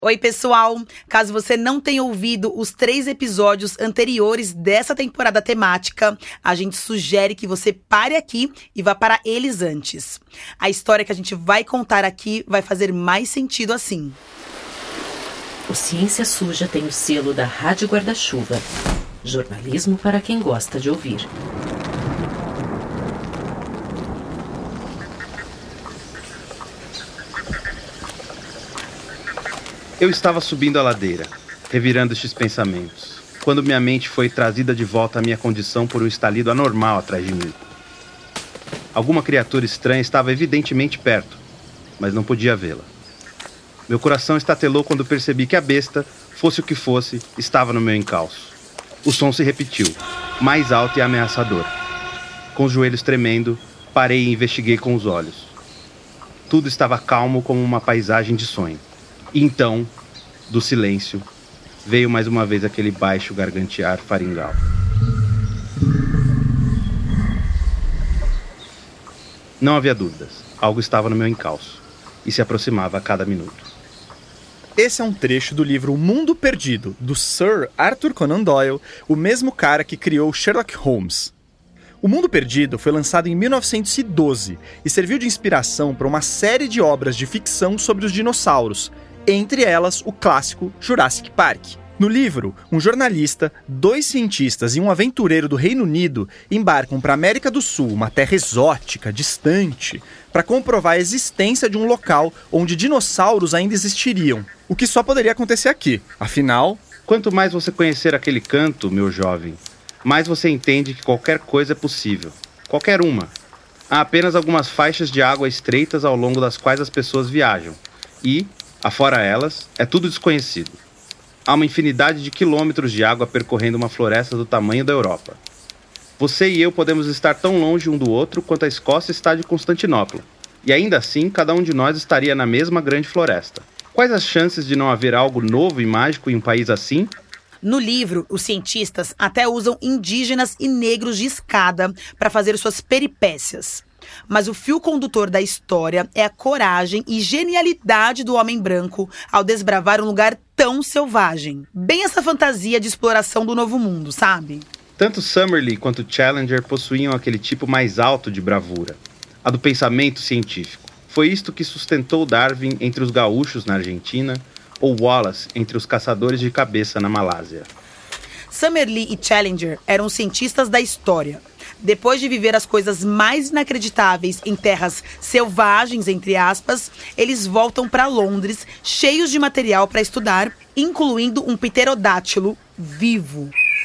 Oi, pessoal! Caso você não tenha ouvido os 3 episódios anteriores dessa temporada temática, a gente sugere que você pare aqui e vá para eles antes. A história que a gente vai contar aqui vai fazer mais sentido assim. O Ciência Suja tem o selo da Rádio Guarda-Chuva. Jornalismo para quem gosta de ouvir. Eu estava subindo a ladeira, revirando estes pensamentos, quando minha mente foi trazida de volta à minha condição por um estalido anormal atrás de mim. Alguma criatura estranha estava evidentemente perto, mas não podia vê-la. Meu coração estatelou quando percebi que a besta, fosse o que fosse, estava no meu encalço. O som se repetiu, mais alto e ameaçador. Com os joelhos tremendo, parei e investiguei com os olhos. Tudo estava calmo como uma paisagem de sonho. E então, do silêncio, veio mais uma vez aquele baixo gargantear faringal. Não havia dúvidas, algo estava no meu encalço, e se aproximava a cada minuto. Esse é um trecho do livro O Mundo Perdido, do Sir Arthur Conan Doyle, o mesmo cara que criou Sherlock Holmes. O Mundo Perdido foi lançado em 1912 e serviu de inspiração para uma série de obras de ficção sobre os dinossauros, entre elas o clássico Jurassic Park. No livro, um jornalista, 2 cientistas e um aventureiro do Reino Unido embarcam para a América do Sul, uma terra exótica, distante, para comprovar a existência de um local onde dinossauros ainda existiriam, o que só poderia acontecer aqui. Afinal, quanto mais você conhecer aquele canto, meu jovem, mais você entende que qualquer coisa é possível. Qualquer uma. Há apenas algumas faixas de água estreitas ao longo das quais as pessoas viajam. E, afora elas, é tudo desconhecido. Há uma infinidade de quilômetros de água percorrendo uma floresta do tamanho da Europa. Você e eu podemos estar tão longe um do outro quanto a Escócia está de Constantinopla. E ainda assim, cada um de nós estaria na mesma grande floresta. Quais as chances de não haver algo novo e mágico em um país assim? No livro, os cientistas até usam indígenas e negros de escada para fazer suas peripécias. Mas o fio condutor da história é a coragem e genialidade do homem branco ao desbravar um lugar tão selvagem. Bem essa fantasia de exploração do novo mundo, sabe? Tanto Summerlee quanto Challenger possuíam aquele tipo mais alto de bravura, a do pensamento científico. Foi isto que sustentou Darwin entre os gaúchos na Argentina ou Wallace entre os caçadores de cabeça na Malásia. Summerlee e Challenger eram cientistas da história. Depois de viver as coisas mais inacreditáveis em terras selvagens, entre aspas, eles voltam para Londres cheios de material para estudar, incluindo um pterodátilo vivo.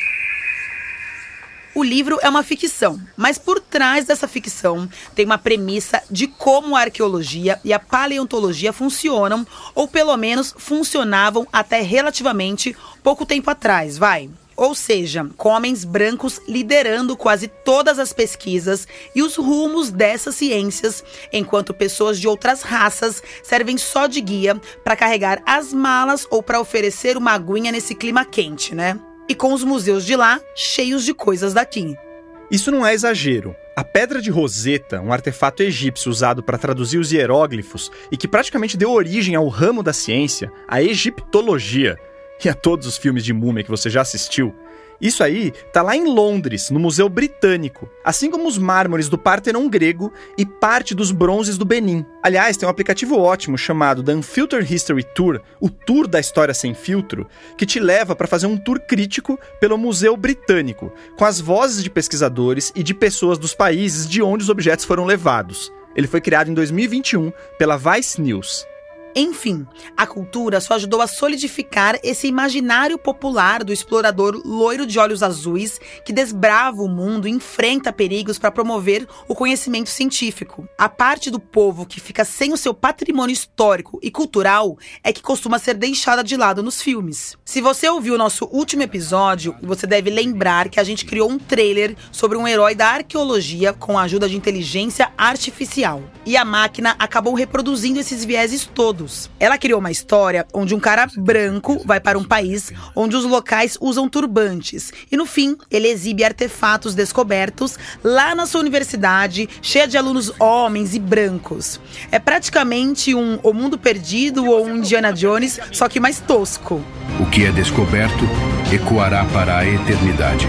O livro é uma ficção, mas por trás dessa ficção tem uma premissa de como a arqueologia e a paleontologia funcionam, ou pelo menos funcionavam até relativamente pouco tempo atrás, Ou seja, com homens brancos liderando quase todas as pesquisas e os rumos dessas ciências, enquanto pessoas de outras raças servem só de guia para carregar as malas ou para oferecer uma aguinha nesse clima quente, né? E com os museus de lá cheios de coisas daqui. Isso não é exagero. A Pedra de Roseta, um artefato egípcio usado para traduzir os hieróglifos e que praticamente deu origem ao ramo da ciência, a egiptologia, e a todos os filmes de múmia que você já assistiu, isso aí tá lá em Londres, no Museu Britânico, assim como os mármores do Partenon grego e parte dos bronzes do Benin. Aliás, tem um aplicativo ótimo chamado The Unfiltered History Tour, o Tour da História Sem Filtro, que te leva para fazer um tour crítico pelo Museu Britânico, com as vozes de pesquisadores e de pessoas dos países de onde os objetos foram levados. Ele foi criado em 2021 pela Vice News. Enfim, a cultura só ajudou a solidificar esse imaginário popular do explorador loiro de olhos azuis que desbrava o mundo e enfrenta perigos para promover o conhecimento científico. A parte do povo que fica sem o seu patrimônio histórico e cultural é que costuma ser deixada de lado nos filmes. Se você ouviu o nosso último episódio, você deve lembrar que a gente criou um trailer sobre um herói da arqueologia com a ajuda de inteligência artificial. E a máquina acabou reproduzindo esses vieses todos. juntos. Ela criou uma história onde um cara branco vai para um país onde os locais usam turbantes. E no fim, ele exibe artefatos descobertos lá na sua universidade, cheia de alunos homens e brancos. É praticamente um O Mundo Perdido ou um Indiana Jones, só que mais tosco. O que é descoberto ecoará para a eternidade.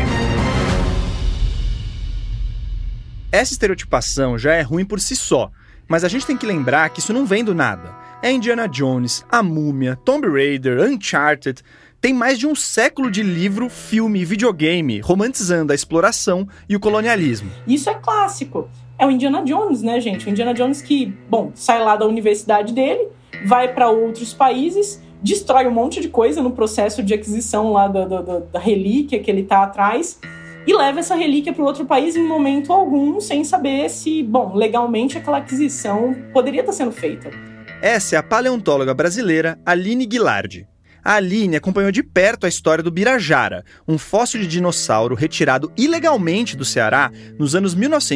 Essa estereotipação já é ruim por si só, mas a gente tem que lembrar que isso não vem do nada. É Indiana Jones, A Múmia, Tomb Raider, Uncharted. Tem mais de um século de livro, filme e videogame romantizando a exploração e o colonialismo. Isso é clássico. É o Indiana Jones, né, gente? O Indiana Jones que, sai lá da universidade dele, vai para outros países, destrói um monte de coisa no processo de aquisição lá da relíquia que ele tá atrás e leva essa relíquia para outro país em momento algum, sem saber se, legalmente aquela aquisição poderia estar sendo feita. Essa é a paleontóloga brasileira Aline Guilardi. A Aline acompanhou de perto a história do Birajara, um fóssil de dinossauro retirado ilegalmente do Ceará nos anos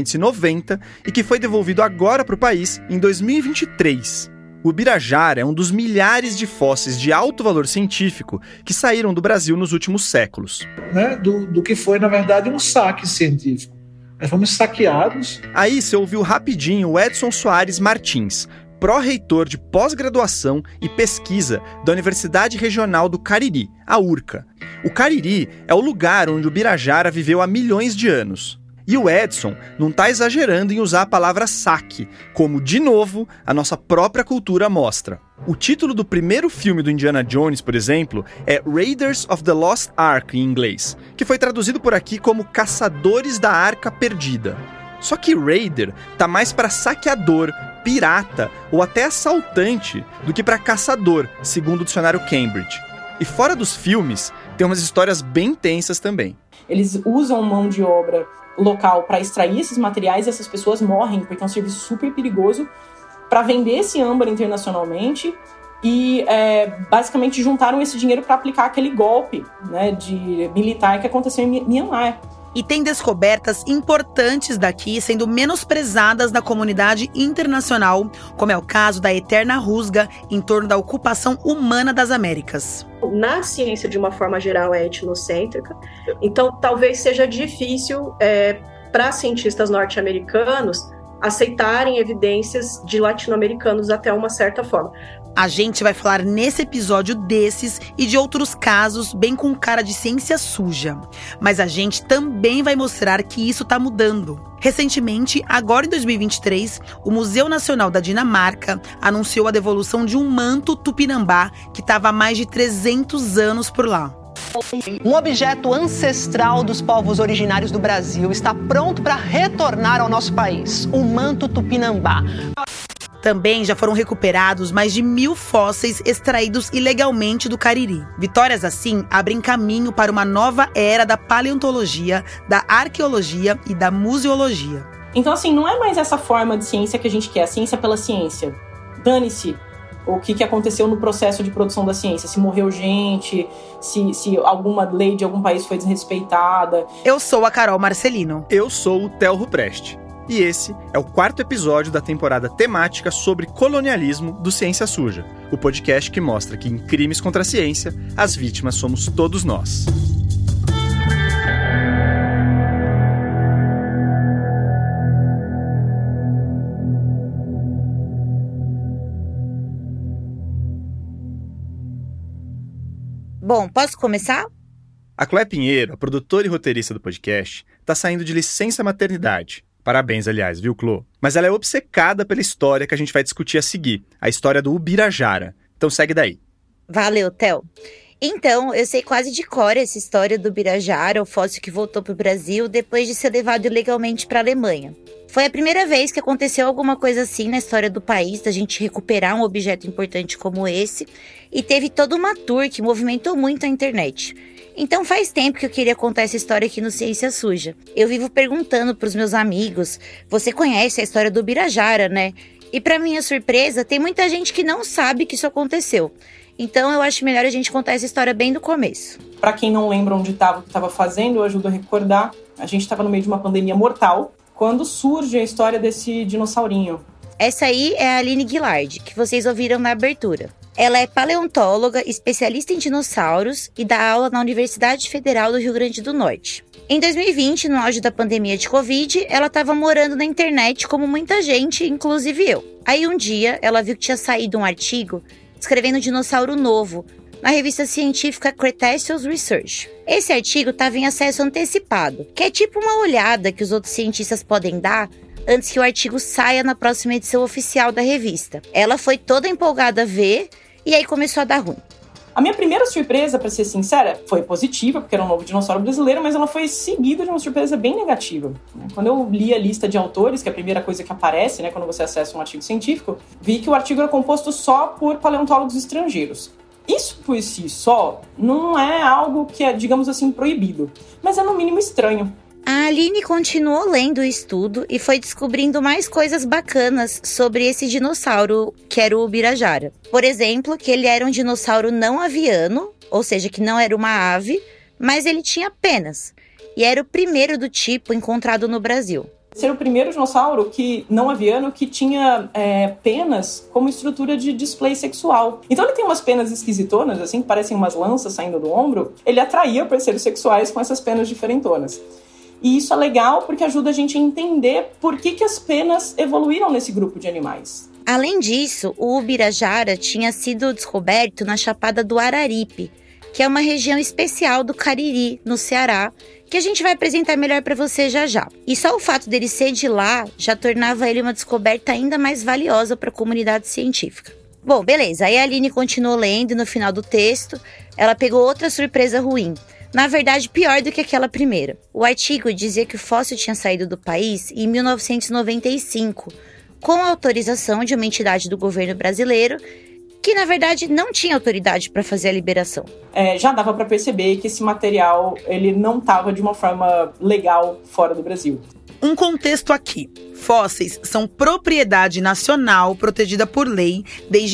1990 e que foi devolvido agora para o país em 2023. O Birajara é um dos milhares de fósseis de alto valor científico que saíram do Brasil nos últimos séculos. Do que foi, na verdade, um saque científico. Nós fomos saqueados. Aí você ouviu rapidinho o Edson Soares Martins, pró-reitor de pós-graduação e pesquisa da Universidade Regional do Cariri, a URCA. O Cariri é o lugar onde o Birajara viveu há milhões de anos. E o Edson não está exagerando em usar a palavra saque, como, de novo, a nossa própria cultura mostra. O título do primeiro filme do Indiana Jones, por exemplo, é Raiders of the Lost Ark, em inglês, que foi traduzido por aqui como Caçadores da Arca Perdida. Só que Raider tá mais para saqueador, pirata ou até assaltante do que para caçador, segundo o dicionário Cambridge. E fora dos filmes, tem umas histórias bem tensas também. Eles usam mão de obra local para extrair esses materiais e essas pessoas morrem, porque é um serviço super perigoso, para vender esse âmbar internacionalmente e basicamente juntaram esse dinheiro para aplicar aquele golpe, de militar que aconteceu em Myanmar. E tem descobertas importantes daqui sendo menosprezadas na comunidade internacional, como é o caso da eterna rusga em torno da ocupação humana das Américas. Na ciência, de uma forma geral, é etnocêntrica, então talvez seja difícil para cientistas norte-americanos aceitarem evidências de latino-americanos até uma certa forma. A gente vai falar nesse episódio desses e de outros casos bem com cara de ciência suja. Mas a gente também vai mostrar que isso tá mudando. Recentemente, agora em 2023, o Museu Nacional da Dinamarca anunciou a devolução de um manto tupinambá que estava há mais de 300 anos por lá. Um objeto ancestral dos povos originários do Brasil está pronto para retornar ao nosso país, o manto tupinambá. Também já foram recuperados mais de 1.000 fósseis extraídos ilegalmente do Cariri. Vitórias assim abrem caminho para uma nova era da paleontologia, da arqueologia e da museologia. Então, não é mais essa forma de ciência que a gente quer, a ciência pela ciência. Dane-se o que aconteceu no processo de produção da ciência, se morreu gente, se alguma lei de algum país foi desrespeitada. Eu sou a Carol Marcelino. Eu sou o Theo Rupreste. E esse é o 4º episódio da temporada temática sobre colonialismo do Ciência Suja, o podcast que mostra que em crimes contra a ciência, as vítimas somos todos nós. Bom, posso começar? A Clé Pinheiro, a produtora e roteirista do podcast, está saindo de licença maternidade. Parabéns, aliás, viu, Clô? Mas ela é obcecada pela história que a gente vai discutir a seguir, a história do Birajara. Então segue daí. Valeu, Theo. Então, eu sei quase de cor essa história do Birajara, o fóssil que voltou para o Brasil depois de ser levado ilegalmente para a Alemanha. Foi a primeira vez que aconteceu alguma coisa assim na história do país, da gente recuperar um objeto importante como esse, e teve toda uma tour que movimentou muito a internet. Então faz tempo que eu queria contar essa história aqui no Ciência Suja. Eu vivo perguntando pros meus amigos, você conhece a história do Birajara, né? E pra minha surpresa, tem muita gente que não sabe que isso aconteceu. Então eu acho melhor a gente contar essa história bem do começo. Pra quem não lembra onde estava, o que estava fazendo, eu ajudo a recordar. A gente estava no meio de uma pandemia mortal, quando surge a história desse dinossaurinho. essa aí é a Aline Guillard, que vocês ouviram na abertura. Ela é paleontóloga, especialista em dinossauros e dá aula na Universidade Federal do Rio Grande do Norte. Em 2020, no auge da pandemia de Covid, ela estava morando na internet como muita gente, inclusive eu. Aí um dia, ela viu que tinha saído um artigo descrevendo um dinossauro novo na revista científica Cretaceous Research. Esse artigo estava em acesso antecipado, que é tipo uma olhada que os outros cientistas podem dar antes que o artigo saia na próxima edição oficial da revista. Ela foi toda empolgada a ver e aí começou a dar ruim. A minha primeira surpresa, pra ser sincera, foi positiva, porque era um novo dinossauro brasileiro, mas ela foi seguida de uma surpresa bem negativa. Quando eu li a lista de autores, que é a primeira coisa que aparece, quando você acessa um artigo científico, vi que o artigo era composto só por paleontólogos estrangeiros. Isso por si só não é algo que é, digamos assim, proibido, mas é no mínimo estranho. A Aline continuou lendo o estudo e foi descobrindo mais coisas bacanas sobre esse dinossauro, que era o Ubirajara. Por exemplo, que ele era um dinossauro não aviano, ou seja, que não era uma ave, mas ele tinha penas. E era o primeiro do tipo encontrado no Brasil. Ser o primeiro dinossauro não aviano que tinha penas como estrutura de display sexual. Então ele tem umas penas esquisitonas, assim, que parecem umas lanças saindo do ombro. Ele atraía parceiros sexuais com essas penas diferentonas. E isso é legal porque ajuda a gente a entender por que as penas evoluíram nesse grupo de animais. Além disso, o Ubirajara tinha sido descoberto na Chapada do Araripe, que é uma região especial do Cariri, no Ceará, que a gente vai apresentar melhor para você já já. E só o fato dele ser de lá já tornava ele uma descoberta ainda mais valiosa para a comunidade científica. Bom, beleza, aí a Aline continuou lendo e no final do texto ela pegou outra surpresa ruim. Na verdade, pior do que aquela primeira. O artigo dizia que o fóssil tinha saído do país em 1995, com a autorização de uma entidade do governo brasileiro, que na verdade não tinha autoridade para fazer a liberação. Já dava para perceber que esse material ele não estava de uma forma legal fora do Brasil. Um contexto aqui. Fósseis são propriedade nacional protegida por lei desde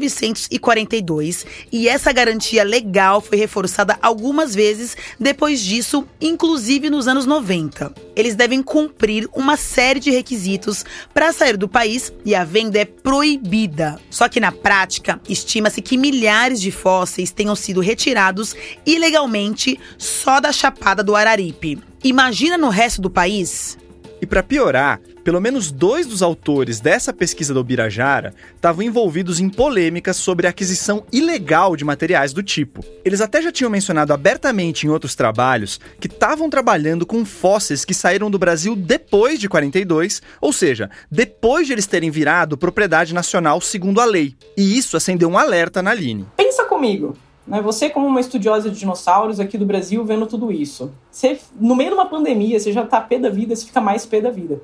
1942 e essa garantia legal foi reforçada algumas vezes depois disso, inclusive nos anos 90. Eles devem cumprir uma série de requisitos para sair do país e a venda é proibida. Só que na prática, estima-se que milhares de fósseis tenham sido retirados ilegalmente só da Chapada do Araripe. Imagina no resto do país? E para piorar, pelo menos 2 dos autores dessa pesquisa do Ubirajara estavam envolvidos em polêmicas sobre a aquisição ilegal de materiais do tipo. Eles até já tinham mencionado abertamente em outros trabalhos que estavam trabalhando com fósseis que saíram do Brasil depois de 42, ou seja, depois de eles terem virado propriedade nacional segundo a lei. E isso acendeu um alerta na Aline. Pensa comigo. Você, como uma estudiosa de dinossauros aqui do Brasil, vendo tudo isso. No meio de uma pandemia, você já tá pé da vida, você fica mais pé da vida.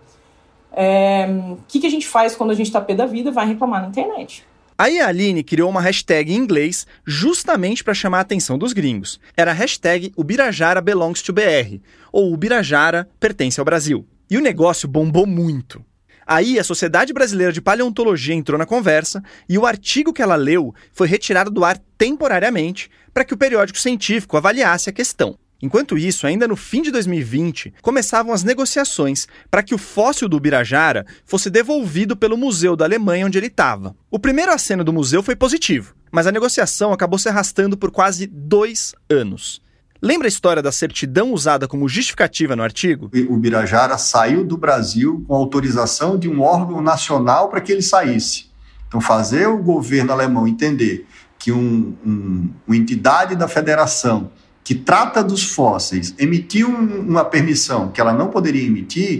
O que a gente faz quando a gente tá pé da vida? Vai reclamar na internet. Aí a Aline criou uma hashtag em inglês justamente para chamar a atenção dos gringos. Era a hashtag Ubirajara belongs to BR, ou Ubirajara pertence ao Brasil. E o negócio bombou muito. Aí a Sociedade Brasileira de Paleontologia entrou na conversa e o artigo que ela leu foi retirado do ar temporariamente para que o periódico científico avaliasse a questão. Enquanto isso, ainda no fim de 2020, começavam as negociações para que o fóssil do Ubirajara fosse devolvido pelo museu da Alemanha onde ele estava. O primeiro aceno do museu foi positivo, mas a negociação acabou se arrastando por quase 2 anos. Lembra a história da certidão usada como justificativa no artigo? O Ubirajara saiu do Brasil com autorização de um órgão nacional para que ele saísse. Então, fazer o governo alemão entender que uma entidade da federação que trata dos fósseis emitiu uma permissão que ela não poderia emitir,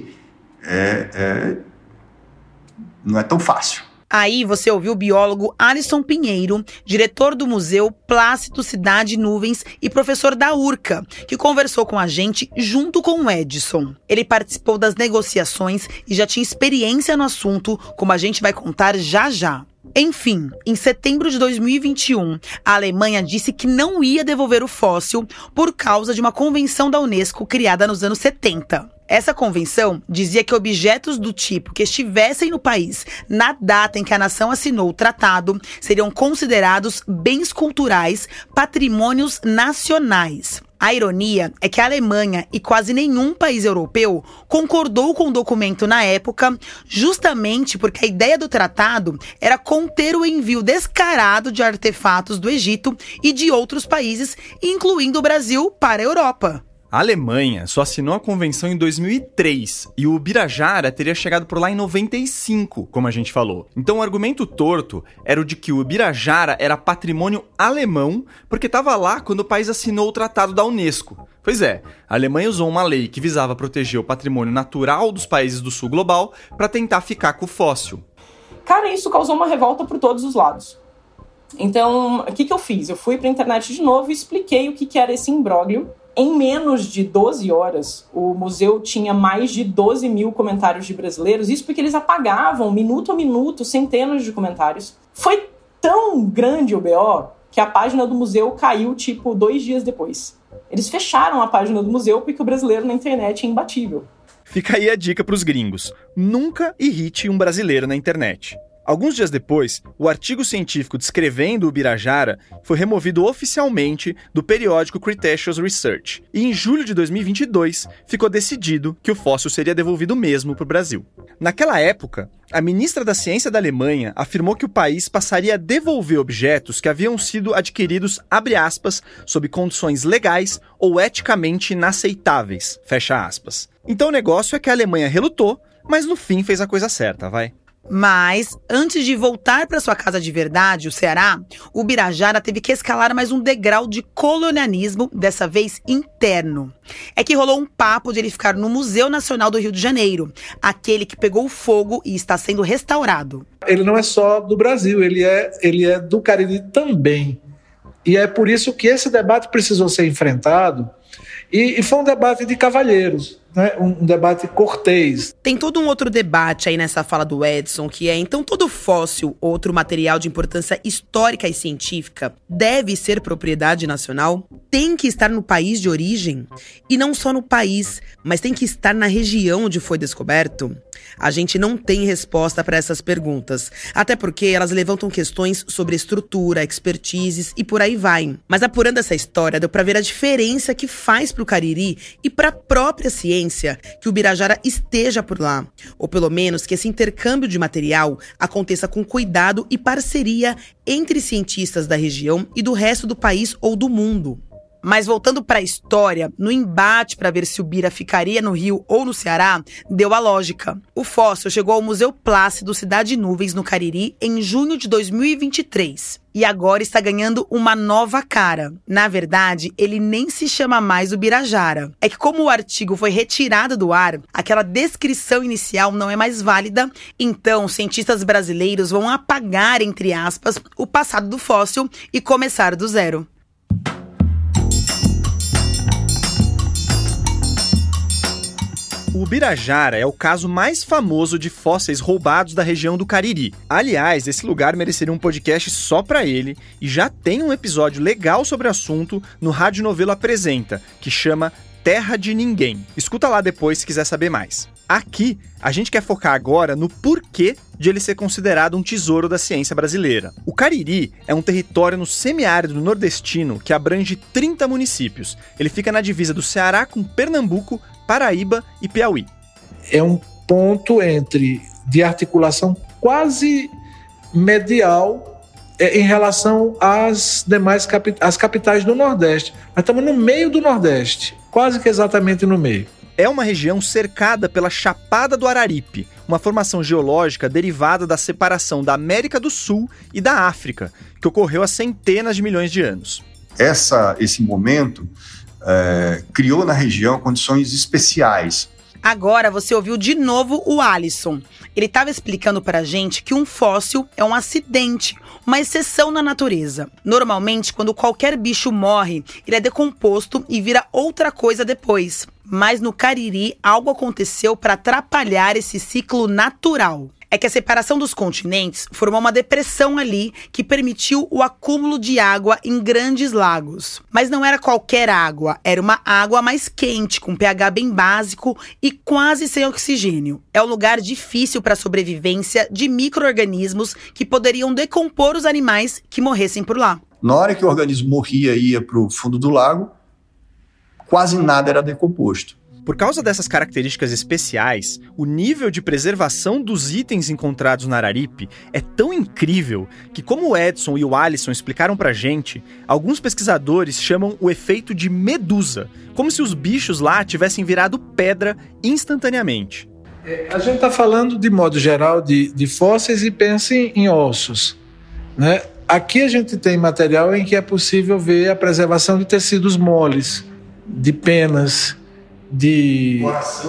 não é tão fácil. Aí você ouviu o biólogo Alisson Pinheiro, diretor do Museu Plácido Cidade Nuvens e professor da URCA, que conversou com a gente junto com o Edson. Ele participou das negociações e já tinha experiência no assunto, como a gente vai contar já já. Enfim, em setembro de 2021, a Alemanha disse que não ia devolver o fóssil por causa de uma convenção da Unesco criada nos anos 70. Essa convenção dizia que objetos do tipo que estivessem no país na data em que a nação assinou o tratado seriam considerados bens culturais, patrimônios nacionais. A ironia é que a Alemanha e quase nenhum país europeu concordou com o documento na época, justamente porque a ideia do tratado era conter o envio descarado de artefatos do Egito e de outros países, incluindo o Brasil, para a Europa. A Alemanha só assinou a convenção em 2003 e o Ubirajara teria chegado por lá em 95, como a gente falou. Então o argumento torto era o de que o Ubirajara era patrimônio alemão porque estava lá quando o país assinou o tratado da Unesco. Pois é, a Alemanha usou uma lei que visava proteger o patrimônio natural dos países do sul global para tentar ficar com o fóssil. Cara, isso causou uma revolta por todos os lados. Então, o que eu fiz? Eu fui para a internet de novo e expliquei o que era esse imbróglio. Em menos de 12 horas, o museu tinha mais de 12 mil comentários de brasileiros, isso porque eles apagavam, minuto a minuto, centenas de comentários. Foi tão grande o BO que a página do museu caiu, 2 dias depois. Eles fecharam a página do museu porque o brasileiro na internet é imbatível. Fica aí a dica pros gringos. Nunca irrite um brasileiro na internet. Alguns dias depois, o artigo científico descrevendo o Ubirajara foi removido oficialmente do periódico Cretaceous Research. E em julho de 2022, ficou decidido que o fóssil seria devolvido mesmo para o Brasil. Naquela época, a ministra da Ciência da Alemanha afirmou que o país passaria a devolver objetos que haviam sido adquiridos, abre aspas, sob condições legais ou eticamente inaceitáveis, fecha aspas. Então o negócio é que a Alemanha relutou, mas no fim fez a coisa certa, vai. Mas, antes de voltar para sua casa de verdade, o Ceará, o Ubirajara teve que escalar mais um degrau de colonialismo, dessa vez interno. É que rolou um papo de ele ficar no Museu Nacional do Rio de Janeiro, aquele que pegou fogo e está sendo restaurado. Ele não é só do Brasil, ele é do Cariri também. E é por isso que esse debate precisou ser enfrentado, e foi um debate de cavalheiros, né? Um debate cortês. Tem todo um outro debate aí nessa fala do Edson, que é, então todo fóssil, outro material de importância histórica e científica, deve ser propriedade nacional? Tem que estar no país de origem? E não só no país, mas tem que estar na região onde foi descoberto? A gente não tem resposta para essas perguntas, até porque elas levantam questões sobre estrutura, expertises e por aí vai. Mas apurando essa história, deu para ver a diferença que faz para o Cariri e para a própria ciência que o Ubirajara esteja por lá. Ou pelo menos que esse intercâmbio de material aconteça com cuidado e parceria entre cientistas da região e do resto do país ou do mundo. Mas voltando para a história, no embate para ver se o Bira ficaria no Rio ou no Ceará, deu a lógica. O fóssil chegou ao Museu Plácido Cidade Nuvens, no Cariri, em junho de 2023. E agora está ganhando uma nova cara. Na verdade, ele nem se chama mais Ubirajara. É que como o artigo foi retirado do ar, aquela descrição inicial não é mais válida, então cientistas brasileiros vão apagar, entre aspas, o passado do fóssil e começar do zero. O Ubirajara é o caso mais famoso de fósseis roubados da região do Cariri. Aliás, esse lugar mereceria um podcast só pra ele, e já tem um episódio legal sobre o assunto no Rádio Novelo Apresenta, que chama Terra de Ninguém. Escuta lá depois se quiser saber mais. Aqui, a gente quer focar agora no porquê de ele ser considerado um tesouro da ciência brasileira. O Cariri é um território no semiárido nordestino que abrange 30 municípios. Ele fica na divisa do Ceará com Pernambuco, Paraíba e Piauí. É um ponto de articulação quase medial em relação às demais às capitais do Nordeste. Nós estamos no meio do Nordeste, quase que exatamente no meio. É uma região cercada pela Chapada do Araripe, uma formação geológica derivada da separação da América do Sul e da África, que ocorreu há centenas de milhões de anos. Esse momento criou na região condições especiais. Agora você ouviu de novo o Alisson. Ele estava explicando pra gente que um fóssil é um acidente, uma exceção na natureza. Normalmente, quando qualquer bicho morre, ele é decomposto e vira outra coisa depois. Mas no Cariri, algo aconteceu para atrapalhar esse ciclo natural. É que a separação dos continentes formou uma depressão ali que permitiu o acúmulo de água em grandes lagos. Mas não era qualquer água, era uma água mais quente, com pH bem básico e quase sem oxigênio. É um lugar difícil para a sobrevivência de micro-organismos que poderiam decompor os animais que morressem por lá. Na hora que o organismo morria e ia para o fundo do lago, quase nada era decomposto. Por causa dessas características especiais, o nível de preservação dos itens encontrados na Araripe é tão incrível que, como o Edson e o Alisson explicaram pra gente, alguns pesquisadores chamam o efeito de medusa, como se os bichos lá tivessem virado pedra instantaneamente. A gente está falando, de modo geral, de fósseis e pensa em ossos, né? Aqui a gente tem material em que é possível ver a preservação de tecidos moles, de penas, de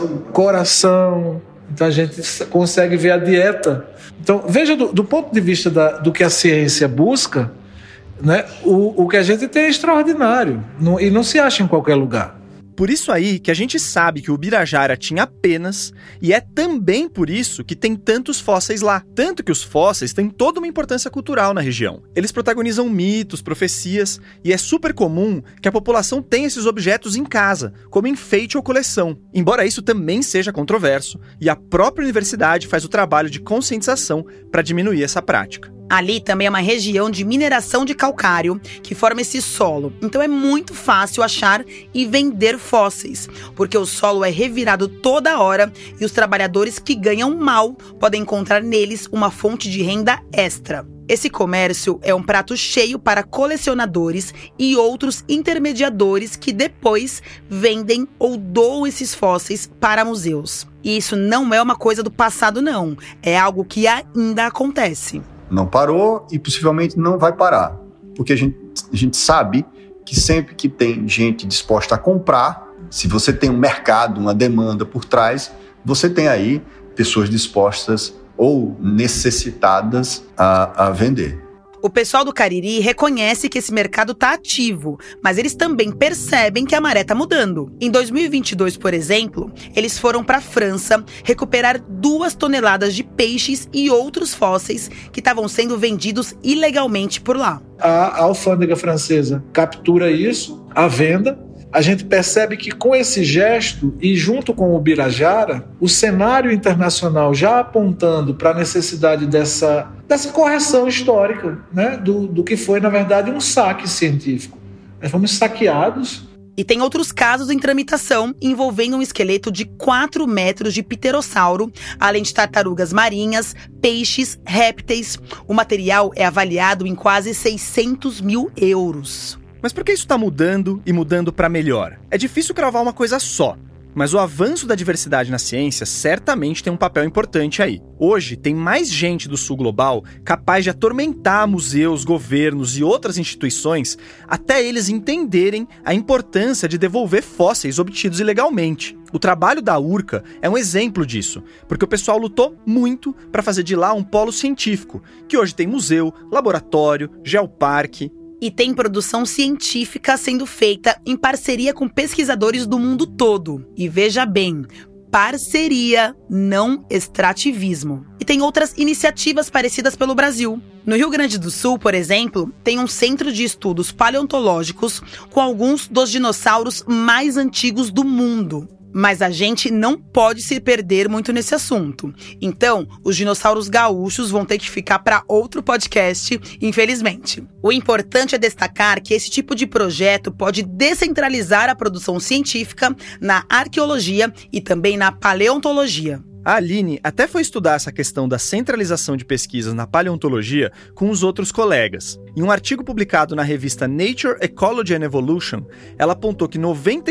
coração. Então a gente consegue ver a dieta. Então veja do ponto de vista do que a ciência busca, né, o que a gente tem é extraordinário e não se acha em qualquer lugar. Por isso aí que a gente sabe que o Ubirajara tinha penas, e é também por isso que tem tantos fósseis lá. Tanto que os fósseis têm toda uma importância cultural na região. Eles protagonizam mitos, profecias, e é super comum que a população tenha esses objetos em casa, como enfeite ou coleção. Embora isso também seja controverso, e a própria universidade faz o trabalho de conscientização para diminuir essa prática. Ali também é uma região de mineração de calcário que forma esse solo. Então é muito fácil achar e vender fósseis, porque o solo é revirado toda hora e os trabalhadores que ganham mal podem encontrar neles uma fonte de renda extra. Esse comércio é um prato cheio para colecionadores e outros intermediadores que depois vendem ou doam esses fósseis para museus. E isso não é uma coisa do passado, não. É algo que ainda acontece. Não parou e possivelmente não vai parar. Porque a gente sabe que sempre que tem gente disposta a comprar, se você tem um mercado, uma demanda por trás, você tem aí pessoas dispostas ou necessitadas a vender. O pessoal do Cariri reconhece que esse mercado está ativo, mas eles também percebem que a maré está mudando. Em 2022, por exemplo, eles foram para a França recuperar 2 toneladas de peixes e outros fósseis que estavam sendo vendidos ilegalmente por lá. A alfândega francesa captura isso, a venda. A gente percebe que com esse gesto e junto com o Ubirajara, o cenário internacional já apontando para a necessidade dessa correção histórica, né, do que foi, na verdade, um saque científico. Nós fomos saqueados. E tem outros casos em tramitação envolvendo um esqueleto de 4 metros de pterossauro, além de tartarugas marinhas, peixes, répteis. O material é avaliado em quase 600 mil euros. Mas por que isso está mudando e mudando para melhor? É difícil cravar uma coisa só, mas o avanço da diversidade na ciência certamente tem um papel importante aí. Hoje, tem mais gente do sul global capaz de atormentar museus, governos e outras instituições até eles entenderem a importância de devolver fósseis obtidos ilegalmente. O trabalho da URCA é um exemplo disso, porque o pessoal lutou muito para fazer de lá um polo científico, que hoje tem museu, laboratório, geoparque. E tem produção científica sendo feita em parceria com pesquisadores do mundo todo. E veja bem, parceria, não extrativismo. E tem outras iniciativas parecidas pelo Brasil. No Rio Grande do Sul, por exemplo, tem um centro de estudos paleontológicos com alguns dos dinossauros mais antigos do mundo. Mas a gente não pode se perder muito nesse assunto. Então, os dinossauros gaúchos vão ter que ficar para outro podcast, infelizmente. O importante é destacar que esse tipo de projeto pode descentralizar a produção científica na arqueologia e também na paleontologia. A Aline até foi estudar essa questão da centralização de pesquisas na paleontologia com os outros colegas. Em um artigo publicado na revista Nature, Ecology and Evolution, ela apontou que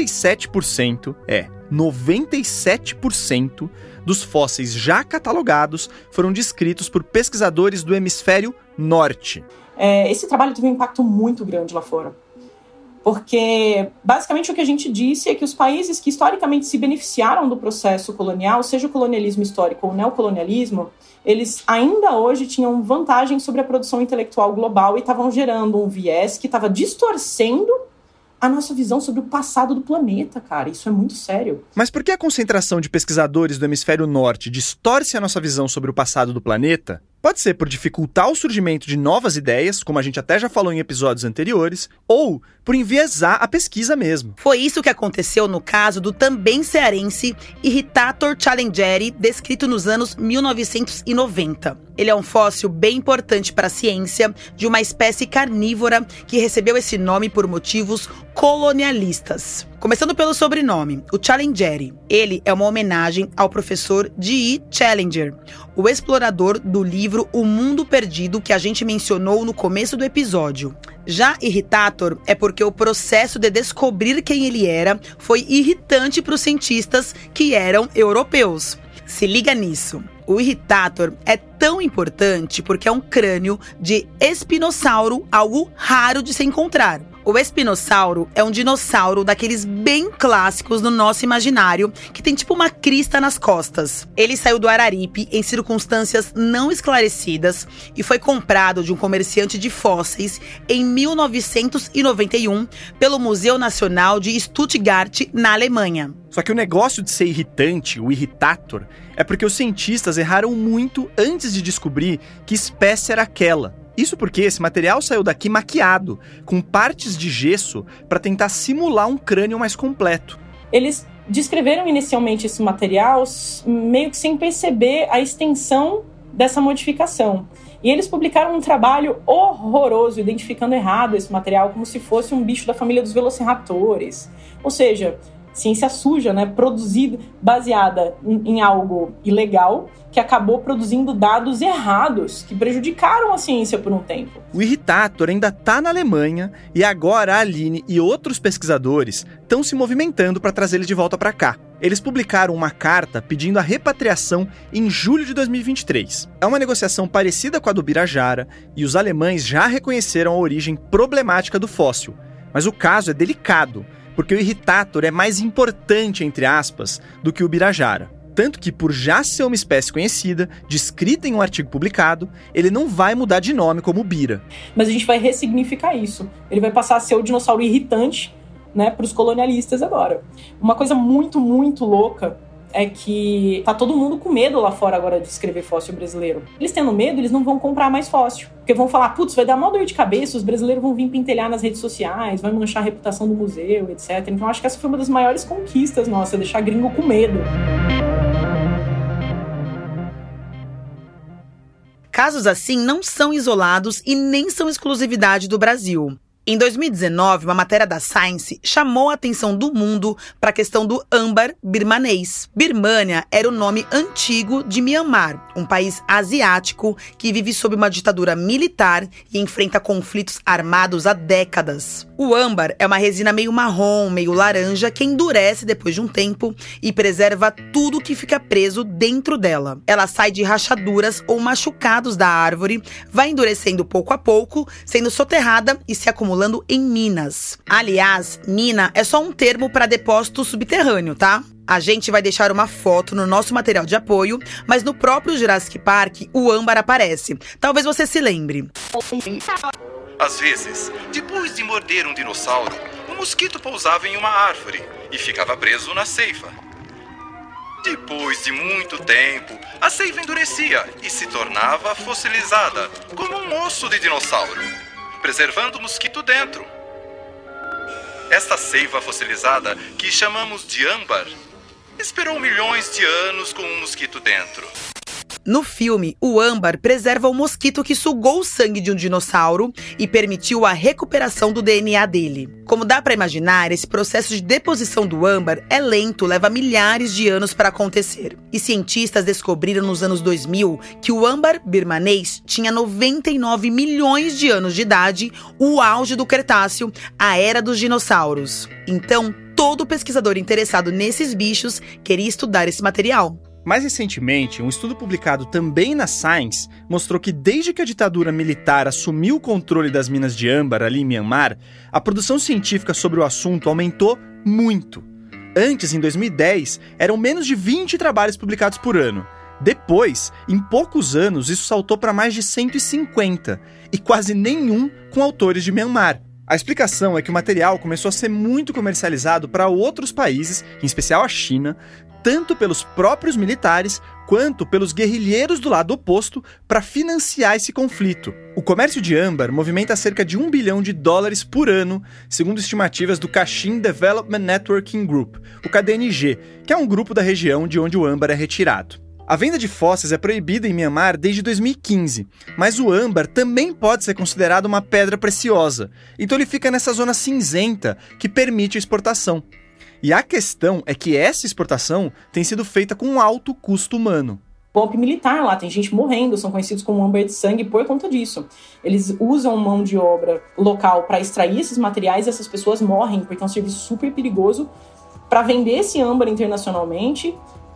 97% dos fósseis já catalogados foram descritos por pesquisadores do hemisfério norte. Esse trabalho teve um impacto muito grande lá fora. Porque, basicamente, o que a gente disse é que os países que historicamente se beneficiaram do processo colonial, seja o colonialismo histórico ou o neocolonialismo, eles ainda hoje tinham vantagem sobre a produção intelectual global e estavam gerando um viés que estava distorcendo a nossa visão sobre o passado do planeta, cara. Isso é muito sério. Mas por que a concentração de pesquisadores do hemisfério norte distorce a nossa visão sobre o passado do planeta? Pode ser por dificultar o surgimento de novas ideias, como a gente até já falou em episódios anteriores, ou por enviesar a pesquisa mesmo. Foi isso que aconteceu no caso do também cearense Irritator challengeri, descrito nos anos 1990. Ele é um fóssil bem importante para a ciência de uma espécie carnívora que recebeu esse nome por motivos colonialistas. Começando pelo sobrenome, o Challenger. Ele é uma homenagem ao professor D.E. Challenger, o explorador do livro O Mundo Perdido que a gente mencionou no começo do episódio. Já Irritator é porque o processo de descobrir quem ele era foi irritante para os cientistas que eram europeus. Se liga nisso. O Irritator é tão importante porque é um crânio de espinossauro, algo raro de se encontrar. O espinossauro é um dinossauro daqueles bem clássicos no nosso imaginário, que tem tipo uma crista nas costas. Ele saiu do Araripe em circunstâncias não esclarecidas e foi comprado de um comerciante de fósseis em 1991 pelo Museu Nacional de Stuttgart, na Alemanha. Só que o negócio de ser irritante, o Irritator, é porque os cientistas erraram muito antes de descobrir que espécie era aquela. Isso porque esse material saiu daqui maquiado, com partes de gesso para tentar simular um crânio mais completo. Eles descreveram inicialmente esse material meio que sem perceber a extensão dessa modificação. E eles publicaram um trabalho horroroso, identificando errado esse material como se fosse um bicho da família dos velociraptores. Ou seja, ciência suja, né? Produzida, baseada em algo ilegal, que acabou produzindo dados errados, que prejudicaram a ciência por um tempo. O Irritator ainda está na Alemanha e agora a Aline e outros pesquisadores estão se movimentando para trazer ele de volta para cá. Eles publicaram uma carta pedindo a repatriação em julho de 2023. É uma negociação parecida com a do Birajara e os alemães já reconheceram a origem problemática do fóssil. Mas o caso é delicado, porque o Irritator é mais importante, entre aspas, do que o Birajara. Tanto que, por já ser uma espécie conhecida, descrita em um artigo publicado, ele não vai mudar de nome como o Bira. Mas a gente vai ressignificar isso. Ele vai passar a ser o dinossauro irritante, né, para os colonialistas agora. Uma coisa muito, muito louca é que tá todo mundo com medo lá fora agora de escrever fóssil brasileiro. Eles tendo medo, eles não vão comprar mais fóssil. Porque vão falar, putz, vai dar mó dor de cabeça, os brasileiros vão vir pentelhar nas redes sociais, vai manchar a reputação do museu, etc. Então acho que essa foi uma das maiores conquistas nossas, deixar gringo com medo. Casos assim não são isolados e nem são exclusividade do Brasil. Em 2019, uma matéria da Science chamou a atenção do mundo para a questão do âmbar birmanês. Birmânia era o nome antigo de Myanmar, um país asiático que vive sob uma ditadura militar e enfrenta conflitos armados há décadas. O âmbar é uma resina meio marrom, meio laranja, que endurece depois de um tempo e preserva tudo que fica preso dentro dela. Ela sai de rachaduras ou machucados da árvore, vai endurecendo pouco a pouco, sendo soterrada e se acumulando em minas. Aliás, mina é só um termo para depósito subterrâneo, tá? A gente vai deixar uma foto no nosso material de apoio, mas no próprio Jurassic Park o âmbar aparece. Talvez você se lembre. Às vezes, depois de morder um dinossauro, um mosquito pousava em uma árvore e ficava preso na seiva. Depois de muito tempo, a seiva endurecia e se tornava fossilizada, como um osso de dinossauro, preservando o mosquito dentro. Esta seiva fossilizada, que chamamos de âmbar, esperou milhões de anos com um mosquito dentro. No filme, o âmbar preserva o mosquito que sugou o sangue de um dinossauro e permitiu a recuperação do DNA dele. Como dá para imaginar, esse processo de deposição do âmbar é lento, leva milhares de anos para acontecer. E cientistas descobriram nos anos 2000 que o âmbar birmanês tinha 99 milhões de anos de idade, o auge do Cretáceo, a era dos dinossauros. Então, todo pesquisador interessado nesses bichos queria estudar esse material. Mais recentemente, um estudo publicado também na Science mostrou que desde que a ditadura militar assumiu o controle das minas de âmbar ali em Myanmar, a produção científica sobre o assunto aumentou muito. Antes, em 2010, eram menos de 20 trabalhos publicados por ano. Depois, em poucos anos, isso saltou para mais de 150, e quase nenhum com autores de Myanmar. A explicação é que o material começou a ser muito comercializado para outros países, em especial a China, tanto pelos próprios militares quanto pelos guerrilheiros do lado oposto para financiar esse conflito. O comércio de âmbar movimenta cerca de $1 bilhão por ano, segundo estimativas do Kachin Development Networking Group, o KDNG, que é um grupo da região de onde o âmbar é retirado. A venda de fósseis é proibida em Myanmar desde 2015, mas o âmbar também pode ser considerado uma pedra preciosa, então ele fica nessa zona cinzenta que permite a exportação. E a questão é que essa exportação tem sido feita com um alto custo humano. Golpe militar lá, tem gente morrendo, são conhecidos como âmbar de sangue por conta disso. Eles usam mão de obra local para extrair esses materiais e essas pessoas morrem, porque é um serviço super perigoso para vender esse âmbar internacionalmente.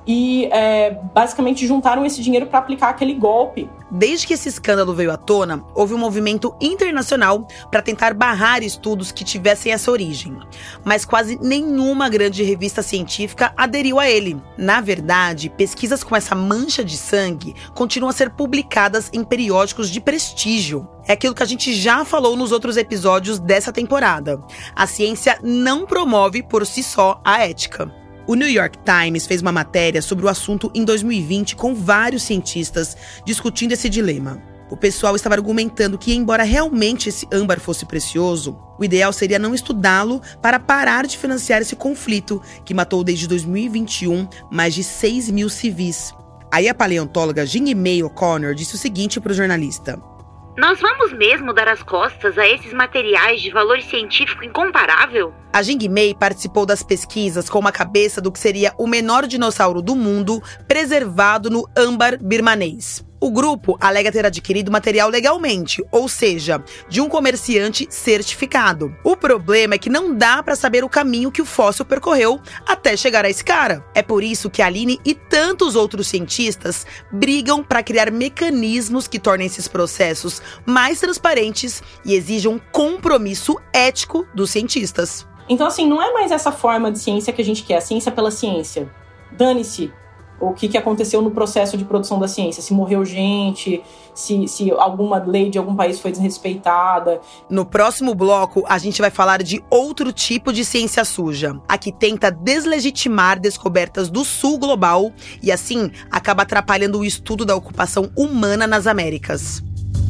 E basicamente juntaram esse dinheiro para aplicar aquele golpe. Desde que esse escândalo veio à tona, houve um movimento internacional para tentar barrar estudos que tivessem essa origem. Mas quase nenhuma grande revista científica aderiu a ele. Na verdade, pesquisas com essa mancha de sangue continuam a ser publicadas em periódicos de prestígio. É aquilo que a gente já falou nos outros episódios dessa temporada. A ciência não promove por si só a ética. O New York Times fez uma matéria sobre o assunto em 2020 com vários cientistas discutindo esse dilema. O pessoal estava argumentando que, embora realmente esse âmbar fosse precioso, o ideal seria não estudá-lo para parar de financiar esse conflito que matou desde 2021 mais de 6 mil civis. Aí a paleontóloga Jing-May O'Connor disse o seguinte para o jornalista: Nós vamos mesmo dar as costas a esses materiais de valor científico incomparável? A Jing-May participou das pesquisas com uma cabeça do que seria o menor dinossauro do mundo preservado no âmbar birmanês. O grupo alega ter adquirido material legalmente, ou seja, de um comerciante certificado. O problema é que não dá para saber o caminho que o fóssil percorreu até chegar a esse cara. É por isso que a Aline e tantos outros cientistas brigam para criar mecanismos que tornem esses processos mais transparentes e exijam compromisso ético dos cientistas. Então, assim, não é mais essa forma de ciência que a gente quer, a ciência pela ciência. Dane-se o que aconteceu no processo de produção da ciência, se morreu gente, se alguma lei de algum país foi desrespeitada. No próximo bloco, a gente vai falar de outro tipo de ciência suja, a que tenta deslegitimar descobertas do sul global e, assim, acaba atrapalhando o estudo da ocupação humana nas Américas.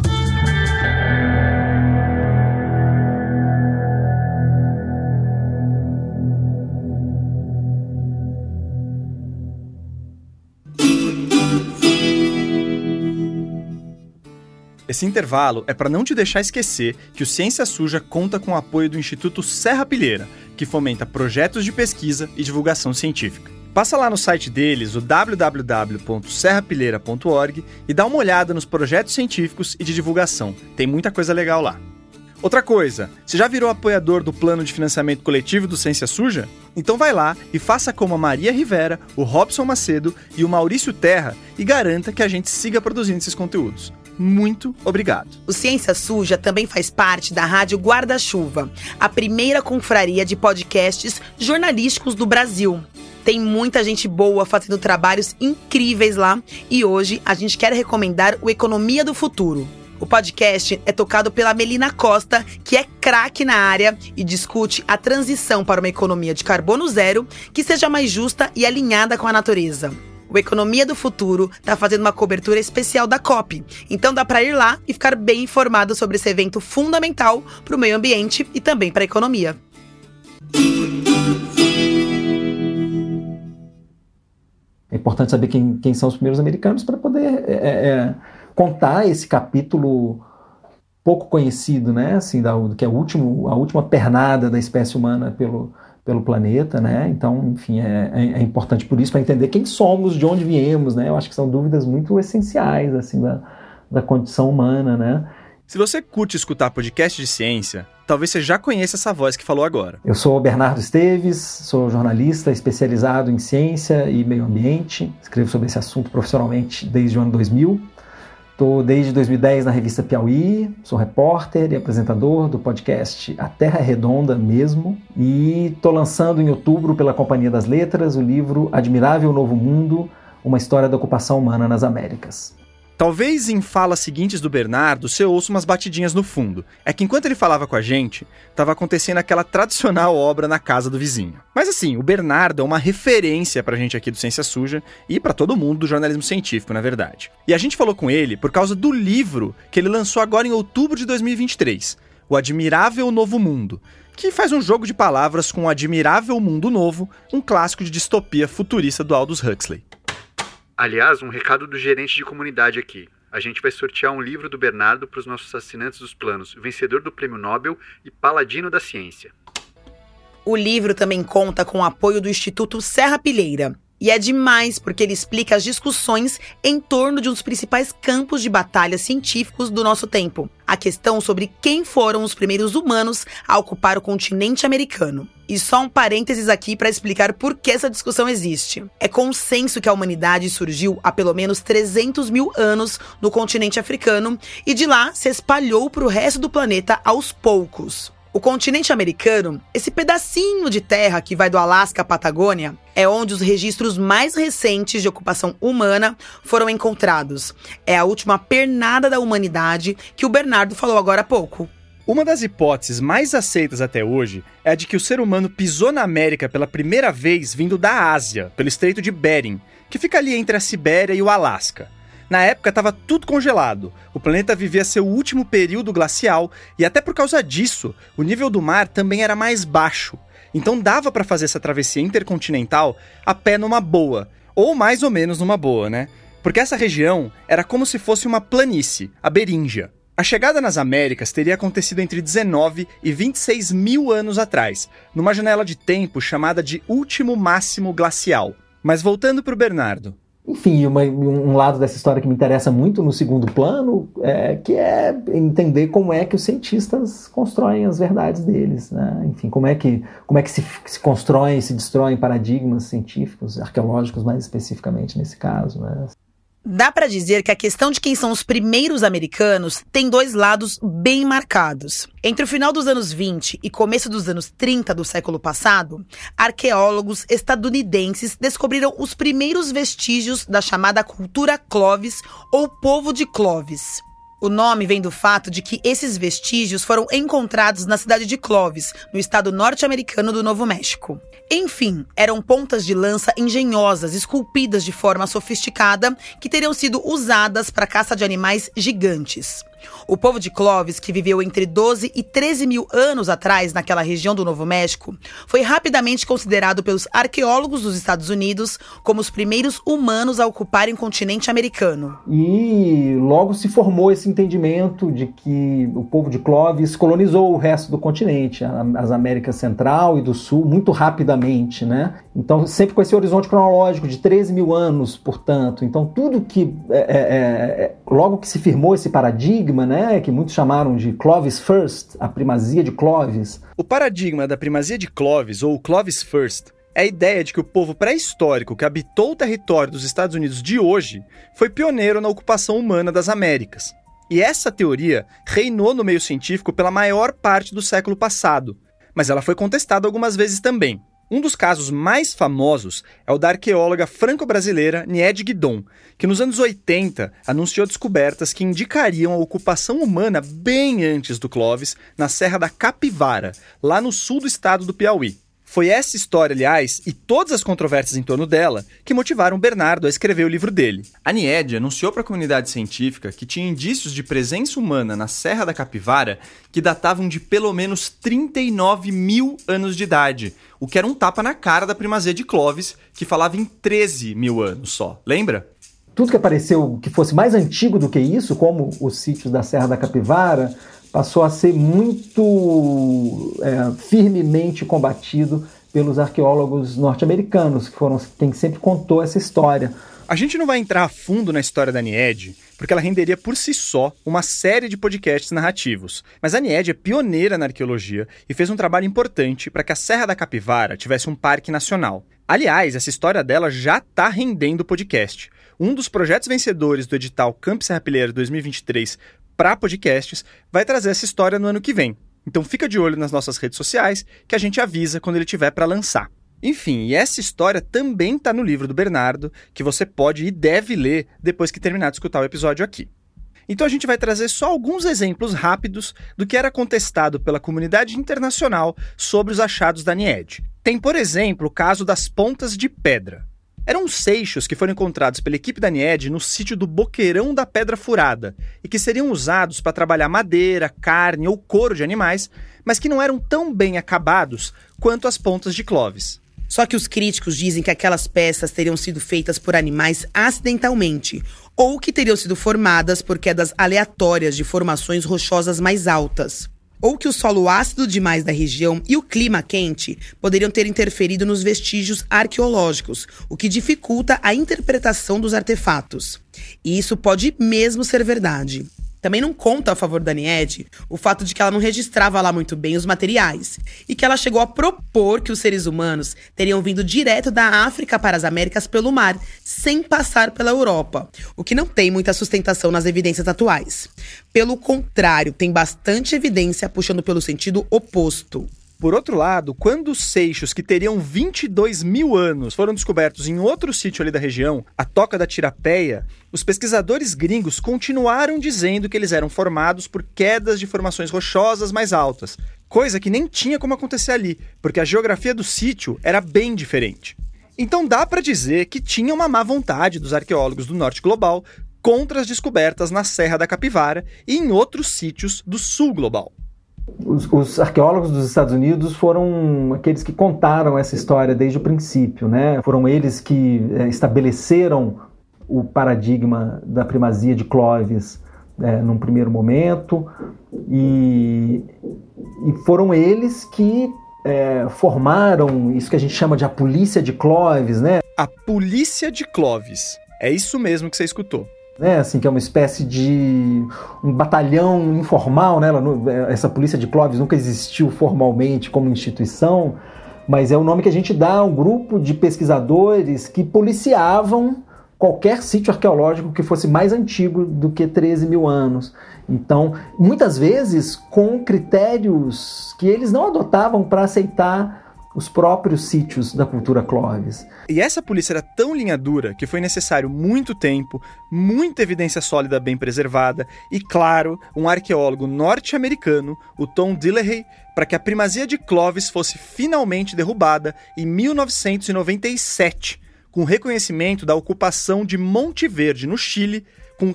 Esse intervalo é para não te deixar esquecer que o Ciência Suja conta com o apoio do Instituto Serra Pilheira, que fomenta projetos de pesquisa e divulgação científica. Passa lá no site deles, o www.serrapilheira.org, e dá uma olhada nos projetos científicos e de divulgação. Tem muita coisa legal lá. Outra coisa, você já virou apoiador do plano de financiamento coletivo do Ciência Suja? Então vai lá e faça como a Maria Rivera, o Robson Macedo e o Maurício Terra e garanta que a gente siga produzindo esses conteúdos. Muito obrigado. O Ciência Suja também faz parte da Rádio Guarda-Chuva, a primeira confraria de podcasts jornalísticos do Brasil. Tem muita gente boa fazendo trabalhos incríveis lá e hoje a gente quer recomendar o Economia do Futuro. O podcast é tocado pela Melina Costa, que é craque na área e discute a transição para uma economia de carbono zero que seja mais justa e alinhada com a natureza. O Economia do Futuro está fazendo uma cobertura especial da COP, então dá para ir lá e ficar bem informado sobre esse evento fundamental para o meio ambiente e também para a economia. É importante saber quem são os primeiros americanos para poder contar esse capítulo pouco conhecido, né? Assim, que é a última pernada da espécie humana pelo planeta, né? Então, enfim, é importante por isso, para entender quem somos, de onde viemos, né? Eu acho que são dúvidas muito essenciais, assim, da condição humana, né? Se você curte escutar podcast de ciência, talvez você já conheça essa voz que falou agora. Eu sou o Bernardo Esteves, sou jornalista especializado em ciência e meio ambiente, escrevo sobre esse assunto profissionalmente desde o ano 2000. Estou desde 2010 na revista Piauí, sou repórter e apresentador do podcast A Terra é Redonda Mesmo, e estou lançando em outubro pela Companhia das Letras o livro Admirável Novo Mundo, uma história da ocupação humana nas Américas. Talvez em falas seguintes do Bernardo você ouça umas batidinhas no fundo. É que enquanto ele falava com a gente, estava acontecendo aquela tradicional obra na casa do vizinho. Mas assim, o Bernardo é uma referência pra gente aqui do Ciência Suja e pra todo mundo do jornalismo científico, na verdade. E a gente falou com ele por causa do livro que ele lançou agora em outubro de 2023, O Admirável Novo Mundo, que faz um jogo de palavras com O Admirável Mundo Novo, um clássico de distopia futurista do Aldous Huxley. Aliás, um recado do gerente de comunidade aqui. A gente vai sortear um livro do Bernardo para os nossos assinantes dos planos, vencedor do Prêmio Nobel e paladino da ciência. O livro também conta com o apoio do Instituto Serra Pilheira. E é demais porque ele explica as discussões em torno de um dos principais campos de batalha científicos do nosso tempo. A questão sobre quem foram os primeiros humanos a ocupar o continente americano. E só um parênteses aqui para explicar por que essa discussão existe. É consenso que a humanidade surgiu há pelo menos 300 mil anos no continente africano e de lá se espalhou para o resto do planeta aos poucos. O continente americano, esse pedacinho de terra que vai do Alasca à Patagônia, é onde os registros mais recentes de ocupação humana foram encontrados. É a última pernada da humanidade que o Bernardo falou agora há pouco. Uma das hipóteses mais aceitas até hoje é a de que o ser humano pisou na América pela primeira vez vindo da Ásia, pelo Estreito de Bering, que fica ali entre a Sibéria e o Alasca. Na época estava tudo congelado, o planeta vivia seu último período glacial e até por causa disso, o nível do mar também era mais baixo. Então dava para fazer essa travessia intercontinental a pé numa boa, ou mais ou menos numa boa, né? Porque essa região era como se fosse uma planície, a Beríngia. A chegada nas Américas teria acontecido entre 19 e 26 mil anos atrás, numa janela de tempo chamada de Último Máximo Glacial. Mas voltando para o Bernardo. Enfim, um lado dessa história que me interessa muito no segundo plano que é entender como é que os cientistas constroem as verdades deles, né? Enfim, como é que se constroem, se destroem paradigmas científicos, arqueológicos mais especificamente nesse caso, né? Dá para dizer que a questão de quem são os primeiros americanos tem dois lados bem marcados. Entre o final dos anos 20 e começo dos anos 30 do século passado, arqueólogos estadunidenses descobriram os primeiros vestígios da chamada cultura Clovis ou povo de Clovis. O nome vem do fato de que esses vestígios foram encontrados na cidade de Clovis, no estado norte-americano do Novo México. Enfim, eram pontas de lança engenhosas, esculpidas de forma sofisticada, que teriam sido usadas para a caça de animais gigantes. O povo de Clovis, que viveu entre 12 e 13 mil anos atrás naquela região do Novo México, foi rapidamente considerado pelos arqueólogos dos Estados Unidos como os primeiros humanos a ocuparem o continente americano. E logo se formou esse entendimento de que o povo de Clovis colonizou o resto do continente, as Américas Central e do Sul, muito rapidamente, né? Então, sempre com esse horizonte cronológico de 13 mil anos, portanto. Então, tudo que... logo que se firmou esse paradigma, né, que muitos chamaram de Clovis First, a primazia de Clovis. O paradigma da primazia de Clovis, ou Clovis First, é a ideia de que o povo pré-histórico que habitou o território dos Estados Unidos de hoje foi pioneiro na ocupação humana das Américas. E essa teoria reinou no meio científico pela maior parte do século passado, mas ela foi contestada algumas vezes também. Um dos casos mais famosos é o da arqueóloga franco-brasileira Niede Guidon, que nos anos 80 anunciou descobertas que indicariam a ocupação humana bem antes do Clovis, na Serra da Capivara, lá no sul do estado do Piauí. Foi essa história, aliás, e todas as controvérsias em torno dela, que motivaram Bernardo a escrever o livro dele. A Niede anunciou para a comunidade científica que tinha indícios de presença humana na Serra da Capivara que datavam de pelo menos 39 mil anos de idade, o que era um tapa na cara da primazia de Clovis, que falava em 13 mil anos só. Lembra? Tudo que apareceu que fosse mais antigo do que isso, como os sítios da Serra da Capivara, passou a ser muito firmemente combatido pelos arqueólogos norte-americanos, que foram quem sempre contou essa história. A gente não vai entrar a fundo na história da Niede, porque ela renderia por si só uma série de podcasts narrativos. Mas a Niede é pioneira na arqueologia e fez um trabalho importante para que a Serra da Capivara tivesse um parque nacional. Aliás, essa história dela já está rendendo podcast. Um dos projetos vencedores do edital Camp Serra Pilheira 2023 para podcasts vai trazer essa história no ano que vem. Então fica de olho nas nossas redes sociais, que a gente avisa quando ele tiver para lançar. Enfim, e essa história também está no livro do Bernardo, que você pode e deve ler depois que terminar de escutar o episódio aqui. Então a gente vai trazer só alguns exemplos rápidos do que era contestado pela comunidade internacional sobre os achados da Niede. Tem, por exemplo, o caso das pontas de pedra. Eram seixos que foram encontrados pela equipe da Niede no sítio do Boqueirão da Pedra Furada e que seriam usados para trabalhar madeira, carne ou couro de animais, mas que não eram tão bem acabados quanto as pontas de Clovis. Só que os críticos dizem que aquelas peças teriam sido feitas por animais acidentalmente, ou que teriam sido formadas por quedas aleatórias de formações rochosas mais altas. Ou que o solo ácido demais da região e o clima quente poderiam ter interferido nos vestígios arqueológicos, o que dificulta a interpretação dos artefatos. E isso pode mesmo ser verdade. Também não conta a favor da Nied o fato de que ela não registrava lá muito bem os materiais e que ela chegou a propor que os seres humanos teriam vindo direto da África para as Américas pelo mar, sem passar pela Europa, o que não tem muita sustentação nas evidências atuais. Pelo contrário, tem bastante evidência puxando pelo sentido oposto. Por outro lado, quando os seixos que teriam 22 mil anos foram descobertos em outro sítio ali da região, a Toca da Tirapeia, os pesquisadores gringos continuaram dizendo que eles eram formados por quedas de formações rochosas mais altas, coisa que nem tinha como acontecer ali, porque a geografia do sítio era bem diferente. Então dá para dizer que tinha uma má vontade dos arqueólogos do Norte Global contra as descobertas na Serra da Capivara e em outros sítios do Sul Global. Os arqueólogos dos Estados Unidos foram aqueles que contaram essa história desde o princípio, né? Foram eles que estabeleceram o paradigma da primazia de Clovis num primeiro momento e foram eles que formaram isso que a gente chama de a polícia de Clovis, né? A polícia de Clovis. É isso mesmo que você escutou. Assim, que é uma espécie de um batalhão informal, né? Essa polícia de Clovis nunca existiu formalmente como instituição, mas é o nome que a gente dá a um grupo de pesquisadores que policiavam qualquer sítio arqueológico que fosse mais antigo do que 13 mil anos. Então, muitas vezes com critérios que eles não adotavam para aceitar os próprios sítios da cultura Clovis. E essa polícia era tão linha dura que foi necessário muito tempo, muita evidência sólida bem preservada e, claro, um arqueólogo norte-americano, o Tom Dillehay, para que a primazia de Clovis fosse finalmente derrubada em 1997, com o reconhecimento da ocupação de Monte Verde, no Chile, com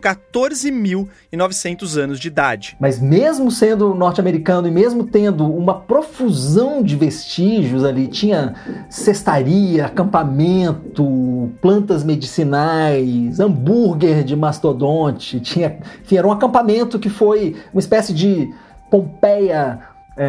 14.900 anos de idade. Mas mesmo sendo norte-americano e mesmo tendo uma profusão de vestígios ali, tinha cestaria, acampamento, plantas medicinais, hambúrguer de mastodonte, era um acampamento que foi uma espécie de Pompeia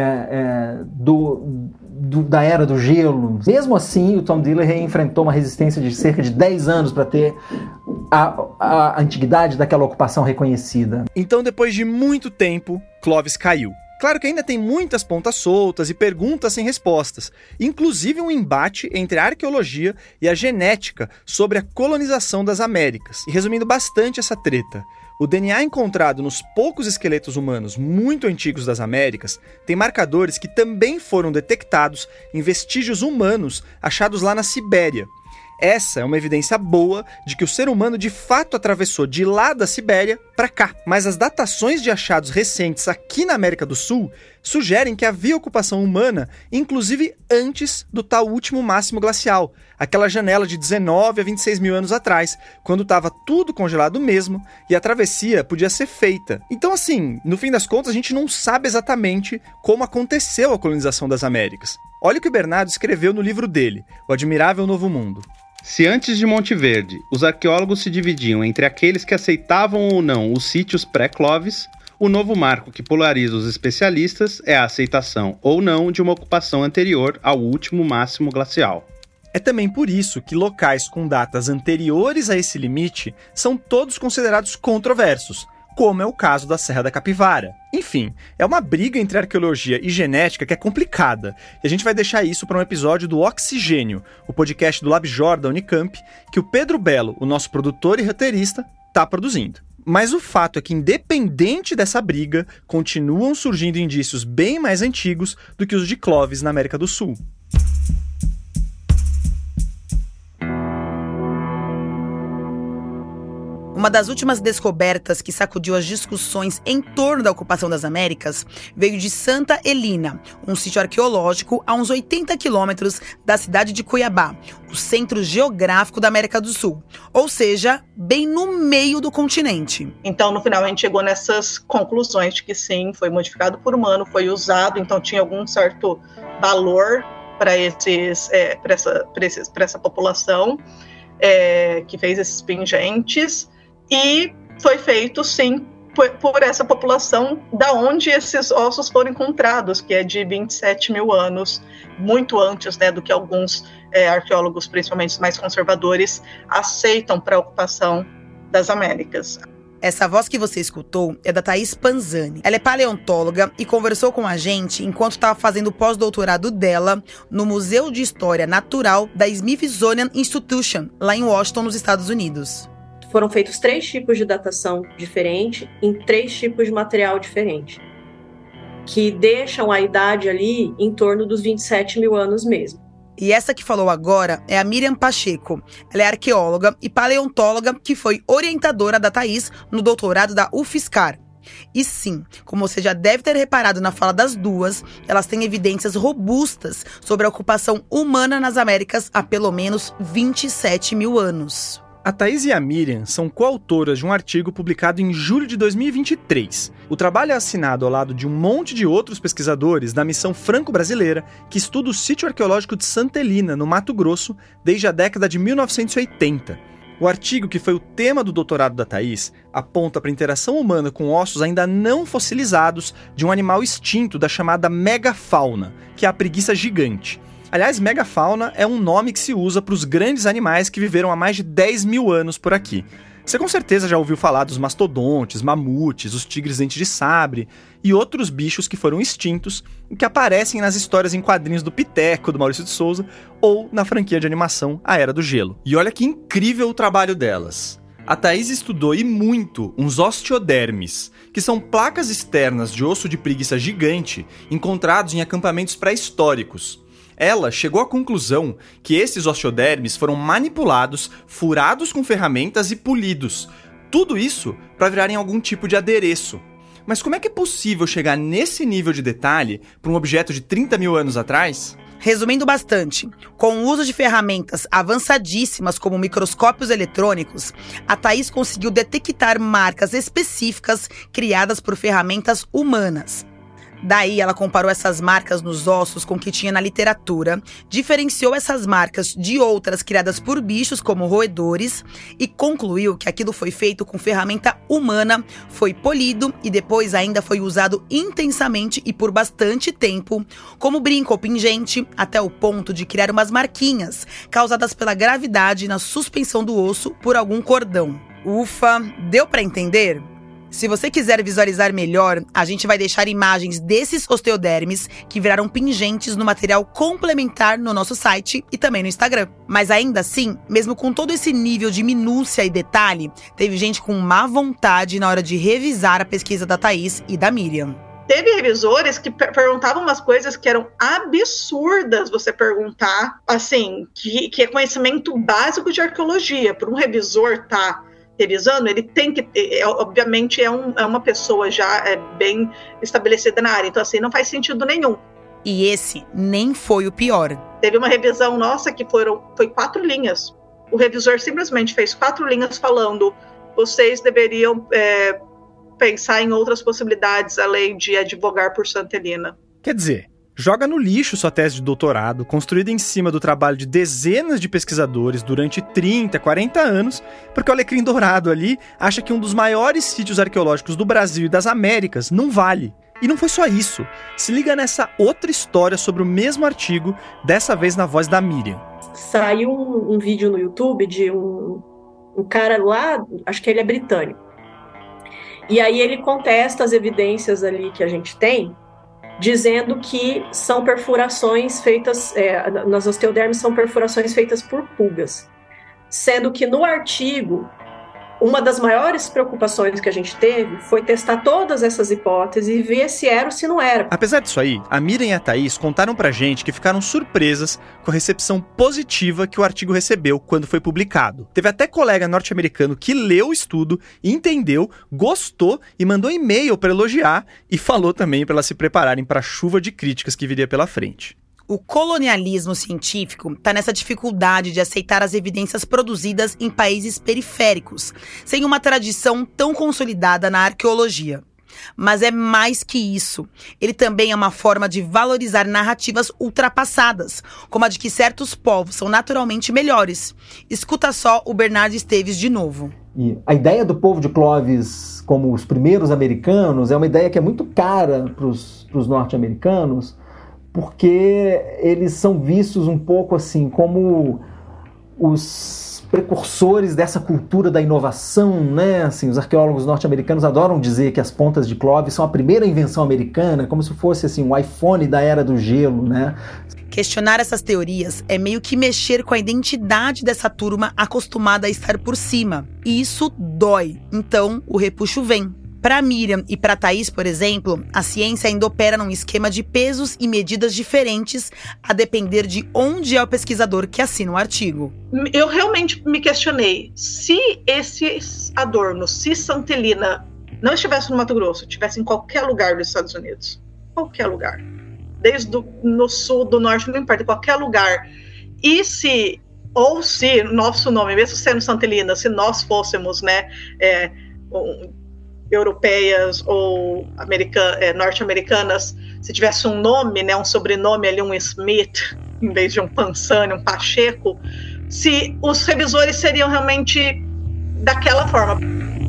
da Era do Gelo. Mesmo assim, o Tom Dillehay enfrentou uma resistência de cerca de 10 anos para ter a antiguidade daquela ocupação reconhecida. Então, depois de muito tempo, Clovis caiu. Claro que ainda tem muitas pontas soltas e perguntas sem respostas, inclusive um embate entre a arqueologia e a genética sobre a colonização das Américas. E resumindo bastante essa treta, o DNA encontrado nos poucos esqueletos humanos muito antigos das Américas tem marcadores que também foram detectados em vestígios humanos achados lá na Sibéria. Essa é uma evidência boa de que o ser humano de fato atravessou de lá da Sibéria para cá. Mas as datações de achados recentes aqui na América do Sul sugerem que havia ocupação humana, inclusive antes do tal último máximo glacial, aquela janela de 19 a 26 mil anos atrás, quando estava tudo congelado mesmo e a travessia podia ser feita. Então, assim, no fim das contas, a gente não sabe exatamente como aconteceu a colonização das Américas. Olha o que o Bernardo escreveu no livro dele, O Admirável Novo Mundo. Se antes de Monte Verde, os arqueólogos se dividiam entre aqueles que aceitavam ou não os sítios pré-Clovis, o novo marco que polariza os especialistas é a aceitação ou não de uma ocupação anterior ao último máximo glacial. É também por isso que locais com datas anteriores a esse limite são todos considerados controversos, como é o caso da Serra da Capivara. Enfim, é uma briga entre arqueologia e genética que é complicada, e a gente vai deixar isso para um episódio do Oxigênio, o podcast do LabJOR da Unicamp, que o Pedro Belo, o nosso produtor e roteirista, está produzindo. Mas o fato é que, independente dessa briga, continuam surgindo indícios bem mais antigos do que os de Clovis na América do Sul. Uma das últimas descobertas que sacudiu as discussões em torno da ocupação das Américas veio de Santa Helena, um sítio arqueológico a uns 80 quilômetros da cidade de Cuiabá, o centro geográfico da América do Sul, ou seja, bem no meio do continente. Então, no final, a gente chegou nessas conclusões de que sim, foi modificado por humano, foi usado, então tinha algum certo valor para essa população que fez esses pingentes, e foi feito, sim, por essa população da onde esses ossos foram encontrados, que é de 27 mil anos, muito antes, né, do que alguns arqueólogos, principalmente os mais conservadores, aceitam para a ocupação das Américas. Essa voz que você escutou é da Thaís Panzani. Ela é paleontóloga e conversou com a gente enquanto estava fazendo o pós-doutorado dela no Museu de História Natural da Smithsonian Institution, lá em Washington, nos Estados Unidos. Foram feitos 3 tipos de datação diferente em 3 tipos de material diferente, que deixam a idade ali em torno dos 27 mil anos mesmo. E essa que falou agora é a Miriam Pacheco. Ela é arqueóloga e paleontóloga que foi orientadora da Thaís no doutorado da UFSCar. E sim, como você já deve ter reparado na fala das duas, elas têm evidências robustas sobre a ocupação humana nas Américas há pelo menos 27 mil anos. A Thaís e a Miriam são coautoras de um artigo publicado em julho de 2023. O trabalho é assinado ao lado de um monte de outros pesquisadores da missão franco-brasileira que estuda o sítio arqueológico de Santa Helena, no Mato Grosso, desde a década de 1980. O artigo, que foi o tema do doutorado da Thaís, aponta para a interação humana com ossos ainda não fossilizados de um animal extinto da chamada megafauna, que é a preguiça gigante. Aliás, megafauna é um nome que se usa para os grandes animais que viveram há mais de 10 mil anos por aqui. Você com certeza já ouviu falar dos mastodontes, mamutes, os tigres dentes de sabre e outros bichos que foram extintos e que aparecem nas histórias em quadrinhos do Piteco, do Maurício de Souza, ou na franquia de animação A Era do Gelo. E olha que incrível o trabalho delas. A Thaís estudou e muito uns osteodermes, que são placas externas de osso de preguiça gigante encontrados em acampamentos pré-históricos. Ela chegou à conclusão que esses osteodermes foram manipulados, furados com ferramentas e polidos. Tudo isso para virarem algum tipo de adereço. Mas como é que é possível chegar nesse nível de detalhe para um objeto de 30 mil anos atrás? Resumindo bastante, com o uso de ferramentas avançadíssimas como microscópios eletrônicos, a Thaís conseguiu detectar marcas específicas criadas por ferramentas humanas. Daí ela comparou essas marcas nos ossos com o que tinha na literatura, diferenciou essas marcas de outras criadas por bichos como roedores e concluiu que aquilo foi feito com ferramenta humana, foi polido e depois ainda foi usado intensamente e por bastante tempo como brinco ou pingente, até o ponto de criar umas marquinhas causadas pela gravidade na suspensão do osso por algum cordão. Ufa, deu pra entender? Se você quiser visualizar melhor, a gente vai deixar imagens desses osteodermes que viraram pingentes no material complementar no nosso site e também no Instagram. Mas ainda assim, mesmo com todo esse nível de minúcia e detalhe, teve gente com má vontade na hora de revisar a pesquisa da Thaís e da Miriam. Teve revisores que perguntavam umas coisas que eram absurdas você perguntar, assim, que é conhecimento básico de arqueologia. Para um revisor revisando, ele tem que ter, obviamente é uma pessoa já bem estabelecida na área, então assim, não faz sentido nenhum. E esse nem foi o pior. Teve uma revisão nossa que foi 4 linhas. O revisor simplesmente fez 4 linhas falando: vocês deveriam pensar em outras possibilidades além de advogar por Santa Helena. Quer dizer, joga no lixo sua tese de doutorado, construída em cima do trabalho de dezenas de pesquisadores durante 30, 40 anos, porque o Alecrim Dourado ali acha que um dos maiores sítios arqueológicos do Brasil e das Américas não vale. E não foi só isso. Se liga nessa outra história sobre o mesmo artigo, dessa vez na voz da Miriam. Saiu um vídeo no YouTube de um cara lá, acho que ele é britânico. E aí ele contesta as evidências ali que a gente tem, dizendo que são perfurações feitas, nas osteodermes são perfurações feitas por pulgas. Sendo que no artigo, uma das maiores preocupações que a gente teve foi testar todas essas hipóteses e ver se era ou se não era. Apesar disso aí, a Miriam e a Thaís contaram pra gente que ficaram surpresas com a recepção positiva que o artigo recebeu quando foi publicado. Teve até colega norte-americano que leu o estudo, entendeu, gostou e mandou e-mail para elogiar e falou também para elas se prepararem para a chuva de críticas que viria pela frente. O colonialismo científico está nessa dificuldade de aceitar as evidências produzidas em países periféricos, sem uma tradição tão consolidada na arqueologia. Mas é mais que isso. Ele também é uma forma de valorizar narrativas ultrapassadas, como a de que certos povos são naturalmente melhores. Escuta só o Bernardo Esteves de novo. E a ideia do povo de Clovis como os primeiros americanos é uma ideia que é muito cara para os norte-americanos, porque eles são vistos um pouco assim como os precursores dessa cultura da inovação, né? Assim, os arqueólogos norte-americanos adoram dizer que as pontas de Clovis são a primeira invenção americana, como se fosse assim, o iPhone da era do gelo, né? Questionar essas teorias é meio que mexer com a identidade dessa turma acostumada a estar por cima. E isso dói. Então, o repuxo vem. Para Miriam e para Thaís, por exemplo, a ciência ainda opera num esquema de pesos e medidas diferentes a depender de onde é o pesquisador que assina o artigo. Eu realmente me questionei, se esse adorno, se Santa Helena não estivesse no Mato Grosso, estivesse em qualquer lugar dos Estados Unidos, qualquer lugar, desde no sul, do norte, não importa, qualquer lugar, e se nosso nome, mesmo sendo Santa Helena, se nós fôssemos, né, europeias ou norte-americanas, se tivesse um nome, né, um sobrenome ali, um Smith, em vez de um Pansani, um Pacheco, se os revisores seriam realmente daquela forma.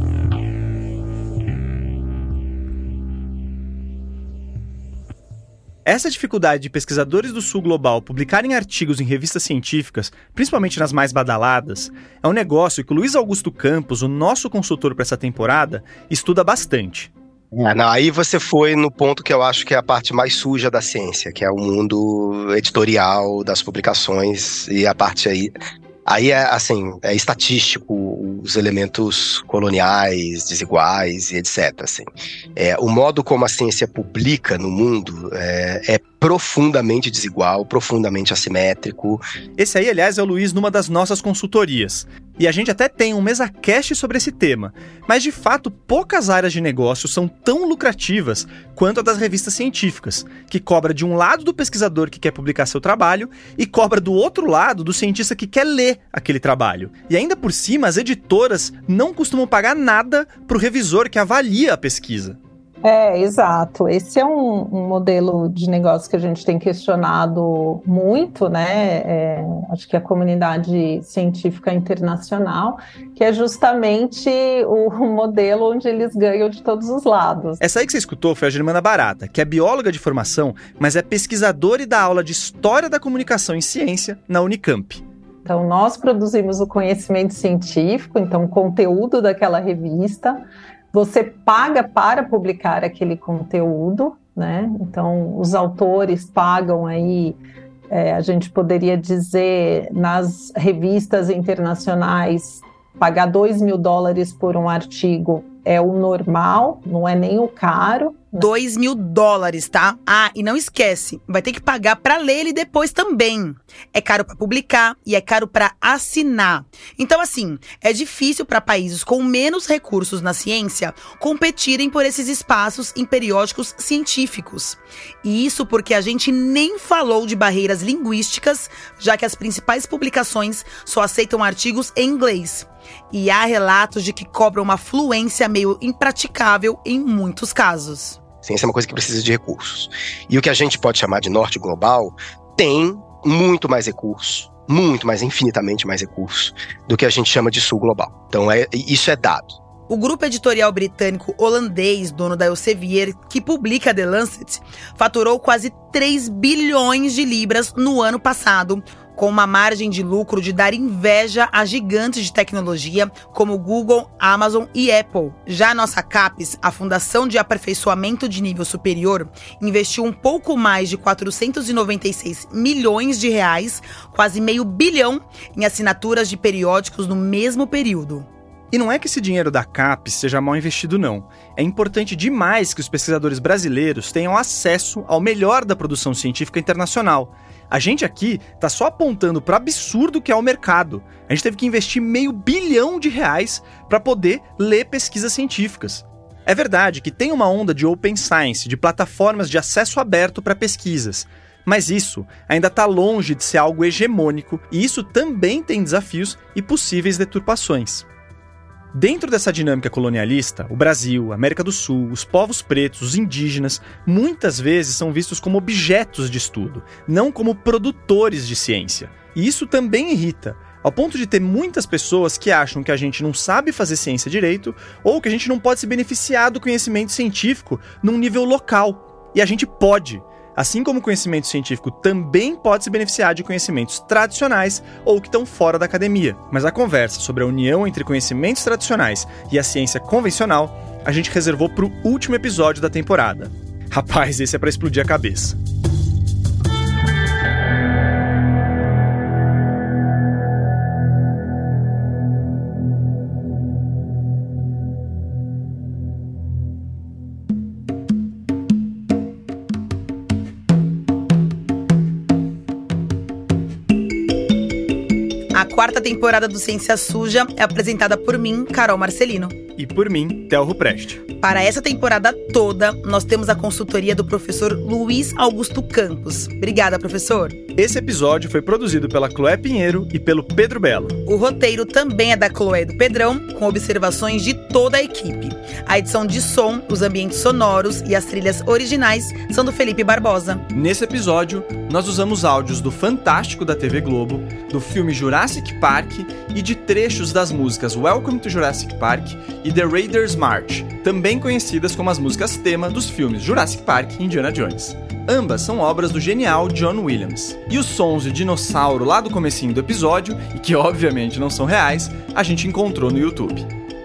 Essa dificuldade de pesquisadores do Sul Global publicarem artigos em revistas científicas, principalmente nas mais badaladas, é um negócio que o Luiz Augusto Campos, o nosso consultor para essa temporada, estuda bastante. Aí você foi no ponto que eu acho que é a parte mais suja da ciência, que é o mundo editorial das publicações, e a parte aí é assim, é estatístico, os elementos coloniais, desiguais e etc. Assim. O modo como a ciência publica no mundo é profundamente desigual, profundamente assimétrico. Esse aí, aliás, é o Luiz numa das nossas consultorias. E a gente até tem um mesacast sobre esse tema. Mas, de fato, poucas áreas de negócio são tão lucrativas quanto a das revistas científicas, que cobra de um lado do pesquisador que quer publicar seu trabalho e cobra do outro lado do cientista que quer ler aquele trabalho. E ainda por cima, as editoras não costumam pagar nada para o revisor que avalia a pesquisa. Exato. Esse é um modelo de negócio que a gente tem questionado muito, né? Acho que a comunidade científica internacional, que é justamente o modelo onde eles ganham de todos os lados. Essa aí que você escutou foi a Germana Barata, que é bióloga de formação, mas é pesquisadora e dá aula de História da Comunicação em Ciência na Unicamp. Então, nós produzimos o conhecimento científico, então o conteúdo daquela revista. Você paga para publicar aquele conteúdo, né? Então, os autores pagam aí, a gente poderia dizer, nas revistas internacionais, pagar $2.000 por um artigo é o normal, não é nem o caro. $2.000, tá? E não esquece, vai ter que pagar para ler ele depois também. É caro para publicar e é caro para assinar. Então, assim, é difícil para países com menos recursos na ciência competirem por esses espaços em periódicos científicos. E isso porque a gente nem falou de barreiras linguísticas, já que as principais publicações só aceitam artigos em inglês. E há relatos de que cobram uma fluência meio impraticável em muitos casos. Ciência é uma coisa que precisa de recursos. E o que a gente pode chamar de norte global tem muito mais recursos, infinitamente mais recursos do que a gente chama de sul global. Então isso é dado. O grupo editorial britânico holandês, dono da Elsevier, que publica The Lancet, faturou quase 3 bilhões de libras no ano passado, com uma margem de lucro de dar inveja a gigantes de tecnologia como Google, Amazon e Apple. Já a nossa CAPES, a Fundação de Aperfeiçoamento de Nível Superior, investiu um pouco mais de 496 milhões de reais, quase meio bilhão, em assinaturas de periódicos no mesmo período. E não é que esse dinheiro da CAPES seja mal investido, não. É importante demais que os pesquisadores brasileiros tenham acesso ao melhor da produção científica internacional. A gente aqui tá só apontando para o absurdo que é o mercado. A gente teve que investir R$500 bilhão para poder ler pesquisas científicas. É verdade que tem uma onda de open science, de plataformas de acesso aberto para pesquisas. Mas isso ainda está longe de ser algo hegemônico e isso também tem desafios e possíveis deturpações. Dentro dessa dinâmica colonialista, o Brasil, a América do Sul, os povos pretos, os indígenas, muitas vezes são vistos como objetos de estudo, não como produtores de ciência. E isso também irrita, ao ponto de ter muitas pessoas que acham que a gente não sabe fazer ciência direito ou que a gente não pode se beneficiar do conhecimento científico num nível local. E a gente pode. Assim como o conhecimento científico também pode se beneficiar de conhecimentos tradicionais ou que estão fora da academia. Mas a conversa sobre a união entre conhecimentos tradicionais e a ciência convencional, a gente reservou para o último episódio da temporada. Rapaz, esse é para explodir a cabeça. A quarta temporada do Ciência Suja é apresentada por mim, Carol Marcelino. E por mim, Theo Ruprecht. Para essa temporada toda, nós temos a consultoria do professor Luiz Augusto Campos. Obrigada, professor. Esse episódio foi produzido pela Chloé Pinheiro e pelo Pedro Belo. O roteiro também é da Chloé e do Pedrão, com observações de toda a equipe. A edição de som, os ambientes sonoros e as trilhas originais são do Felipe Barbosa. Nesse episódio, nós usamos áudios do Fantástico da TV Globo, do filme Jurassic Park e de trechos das músicas Welcome to Jurassic Park e The Raiders March, também conhecidas como as músicas tema dos filmes Jurassic Park e Indiana Jones. Ambas são obras do genial John Williams. E os sons de dinossauro lá do comecinho do episódio, e que obviamente não são reais, a gente encontrou no YouTube.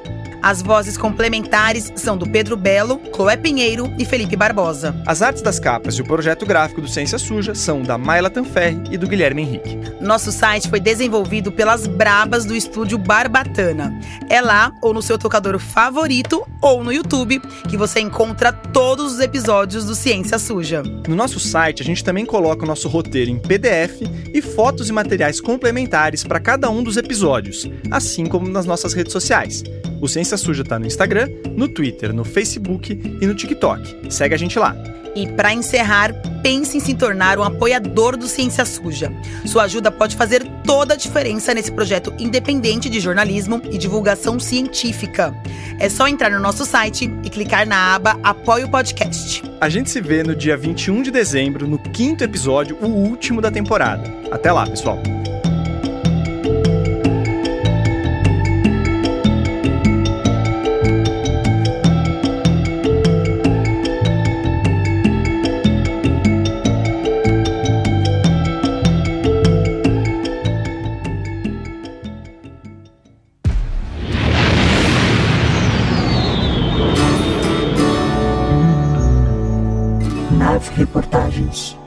As vozes complementares são do Pedro Belo, Chloé Pinheiro e Felipe Barbosa. As artes das capas e o projeto gráfico do Ciência Suja são da Mayla Tanferri e do Guilherme Henrique. Nosso site foi desenvolvido pelas brabas do estúdio Barbatana. É lá, ou no seu tocador favorito, ou no YouTube, que você encontra todos os episódios do Ciência Suja. No nosso site, a gente também coloca o nosso roteiro em PDF e fotos e materiais complementares para cada um dos episódios, assim como nas nossas redes sociais. O Ciência Suja tá no Instagram, no Twitter, no Facebook e no TikTok. Segue a gente lá. E para encerrar, pense em se tornar um apoiador do Ciência Suja. Sua ajuda pode fazer toda a diferença nesse projeto independente de jornalismo e divulgação científica. É só entrar no nosso site e clicar na aba Apoie o Podcast. A gente se vê no dia 21 de dezembro, no 5º episódio, o último da temporada. Até lá, pessoal! Reportagens.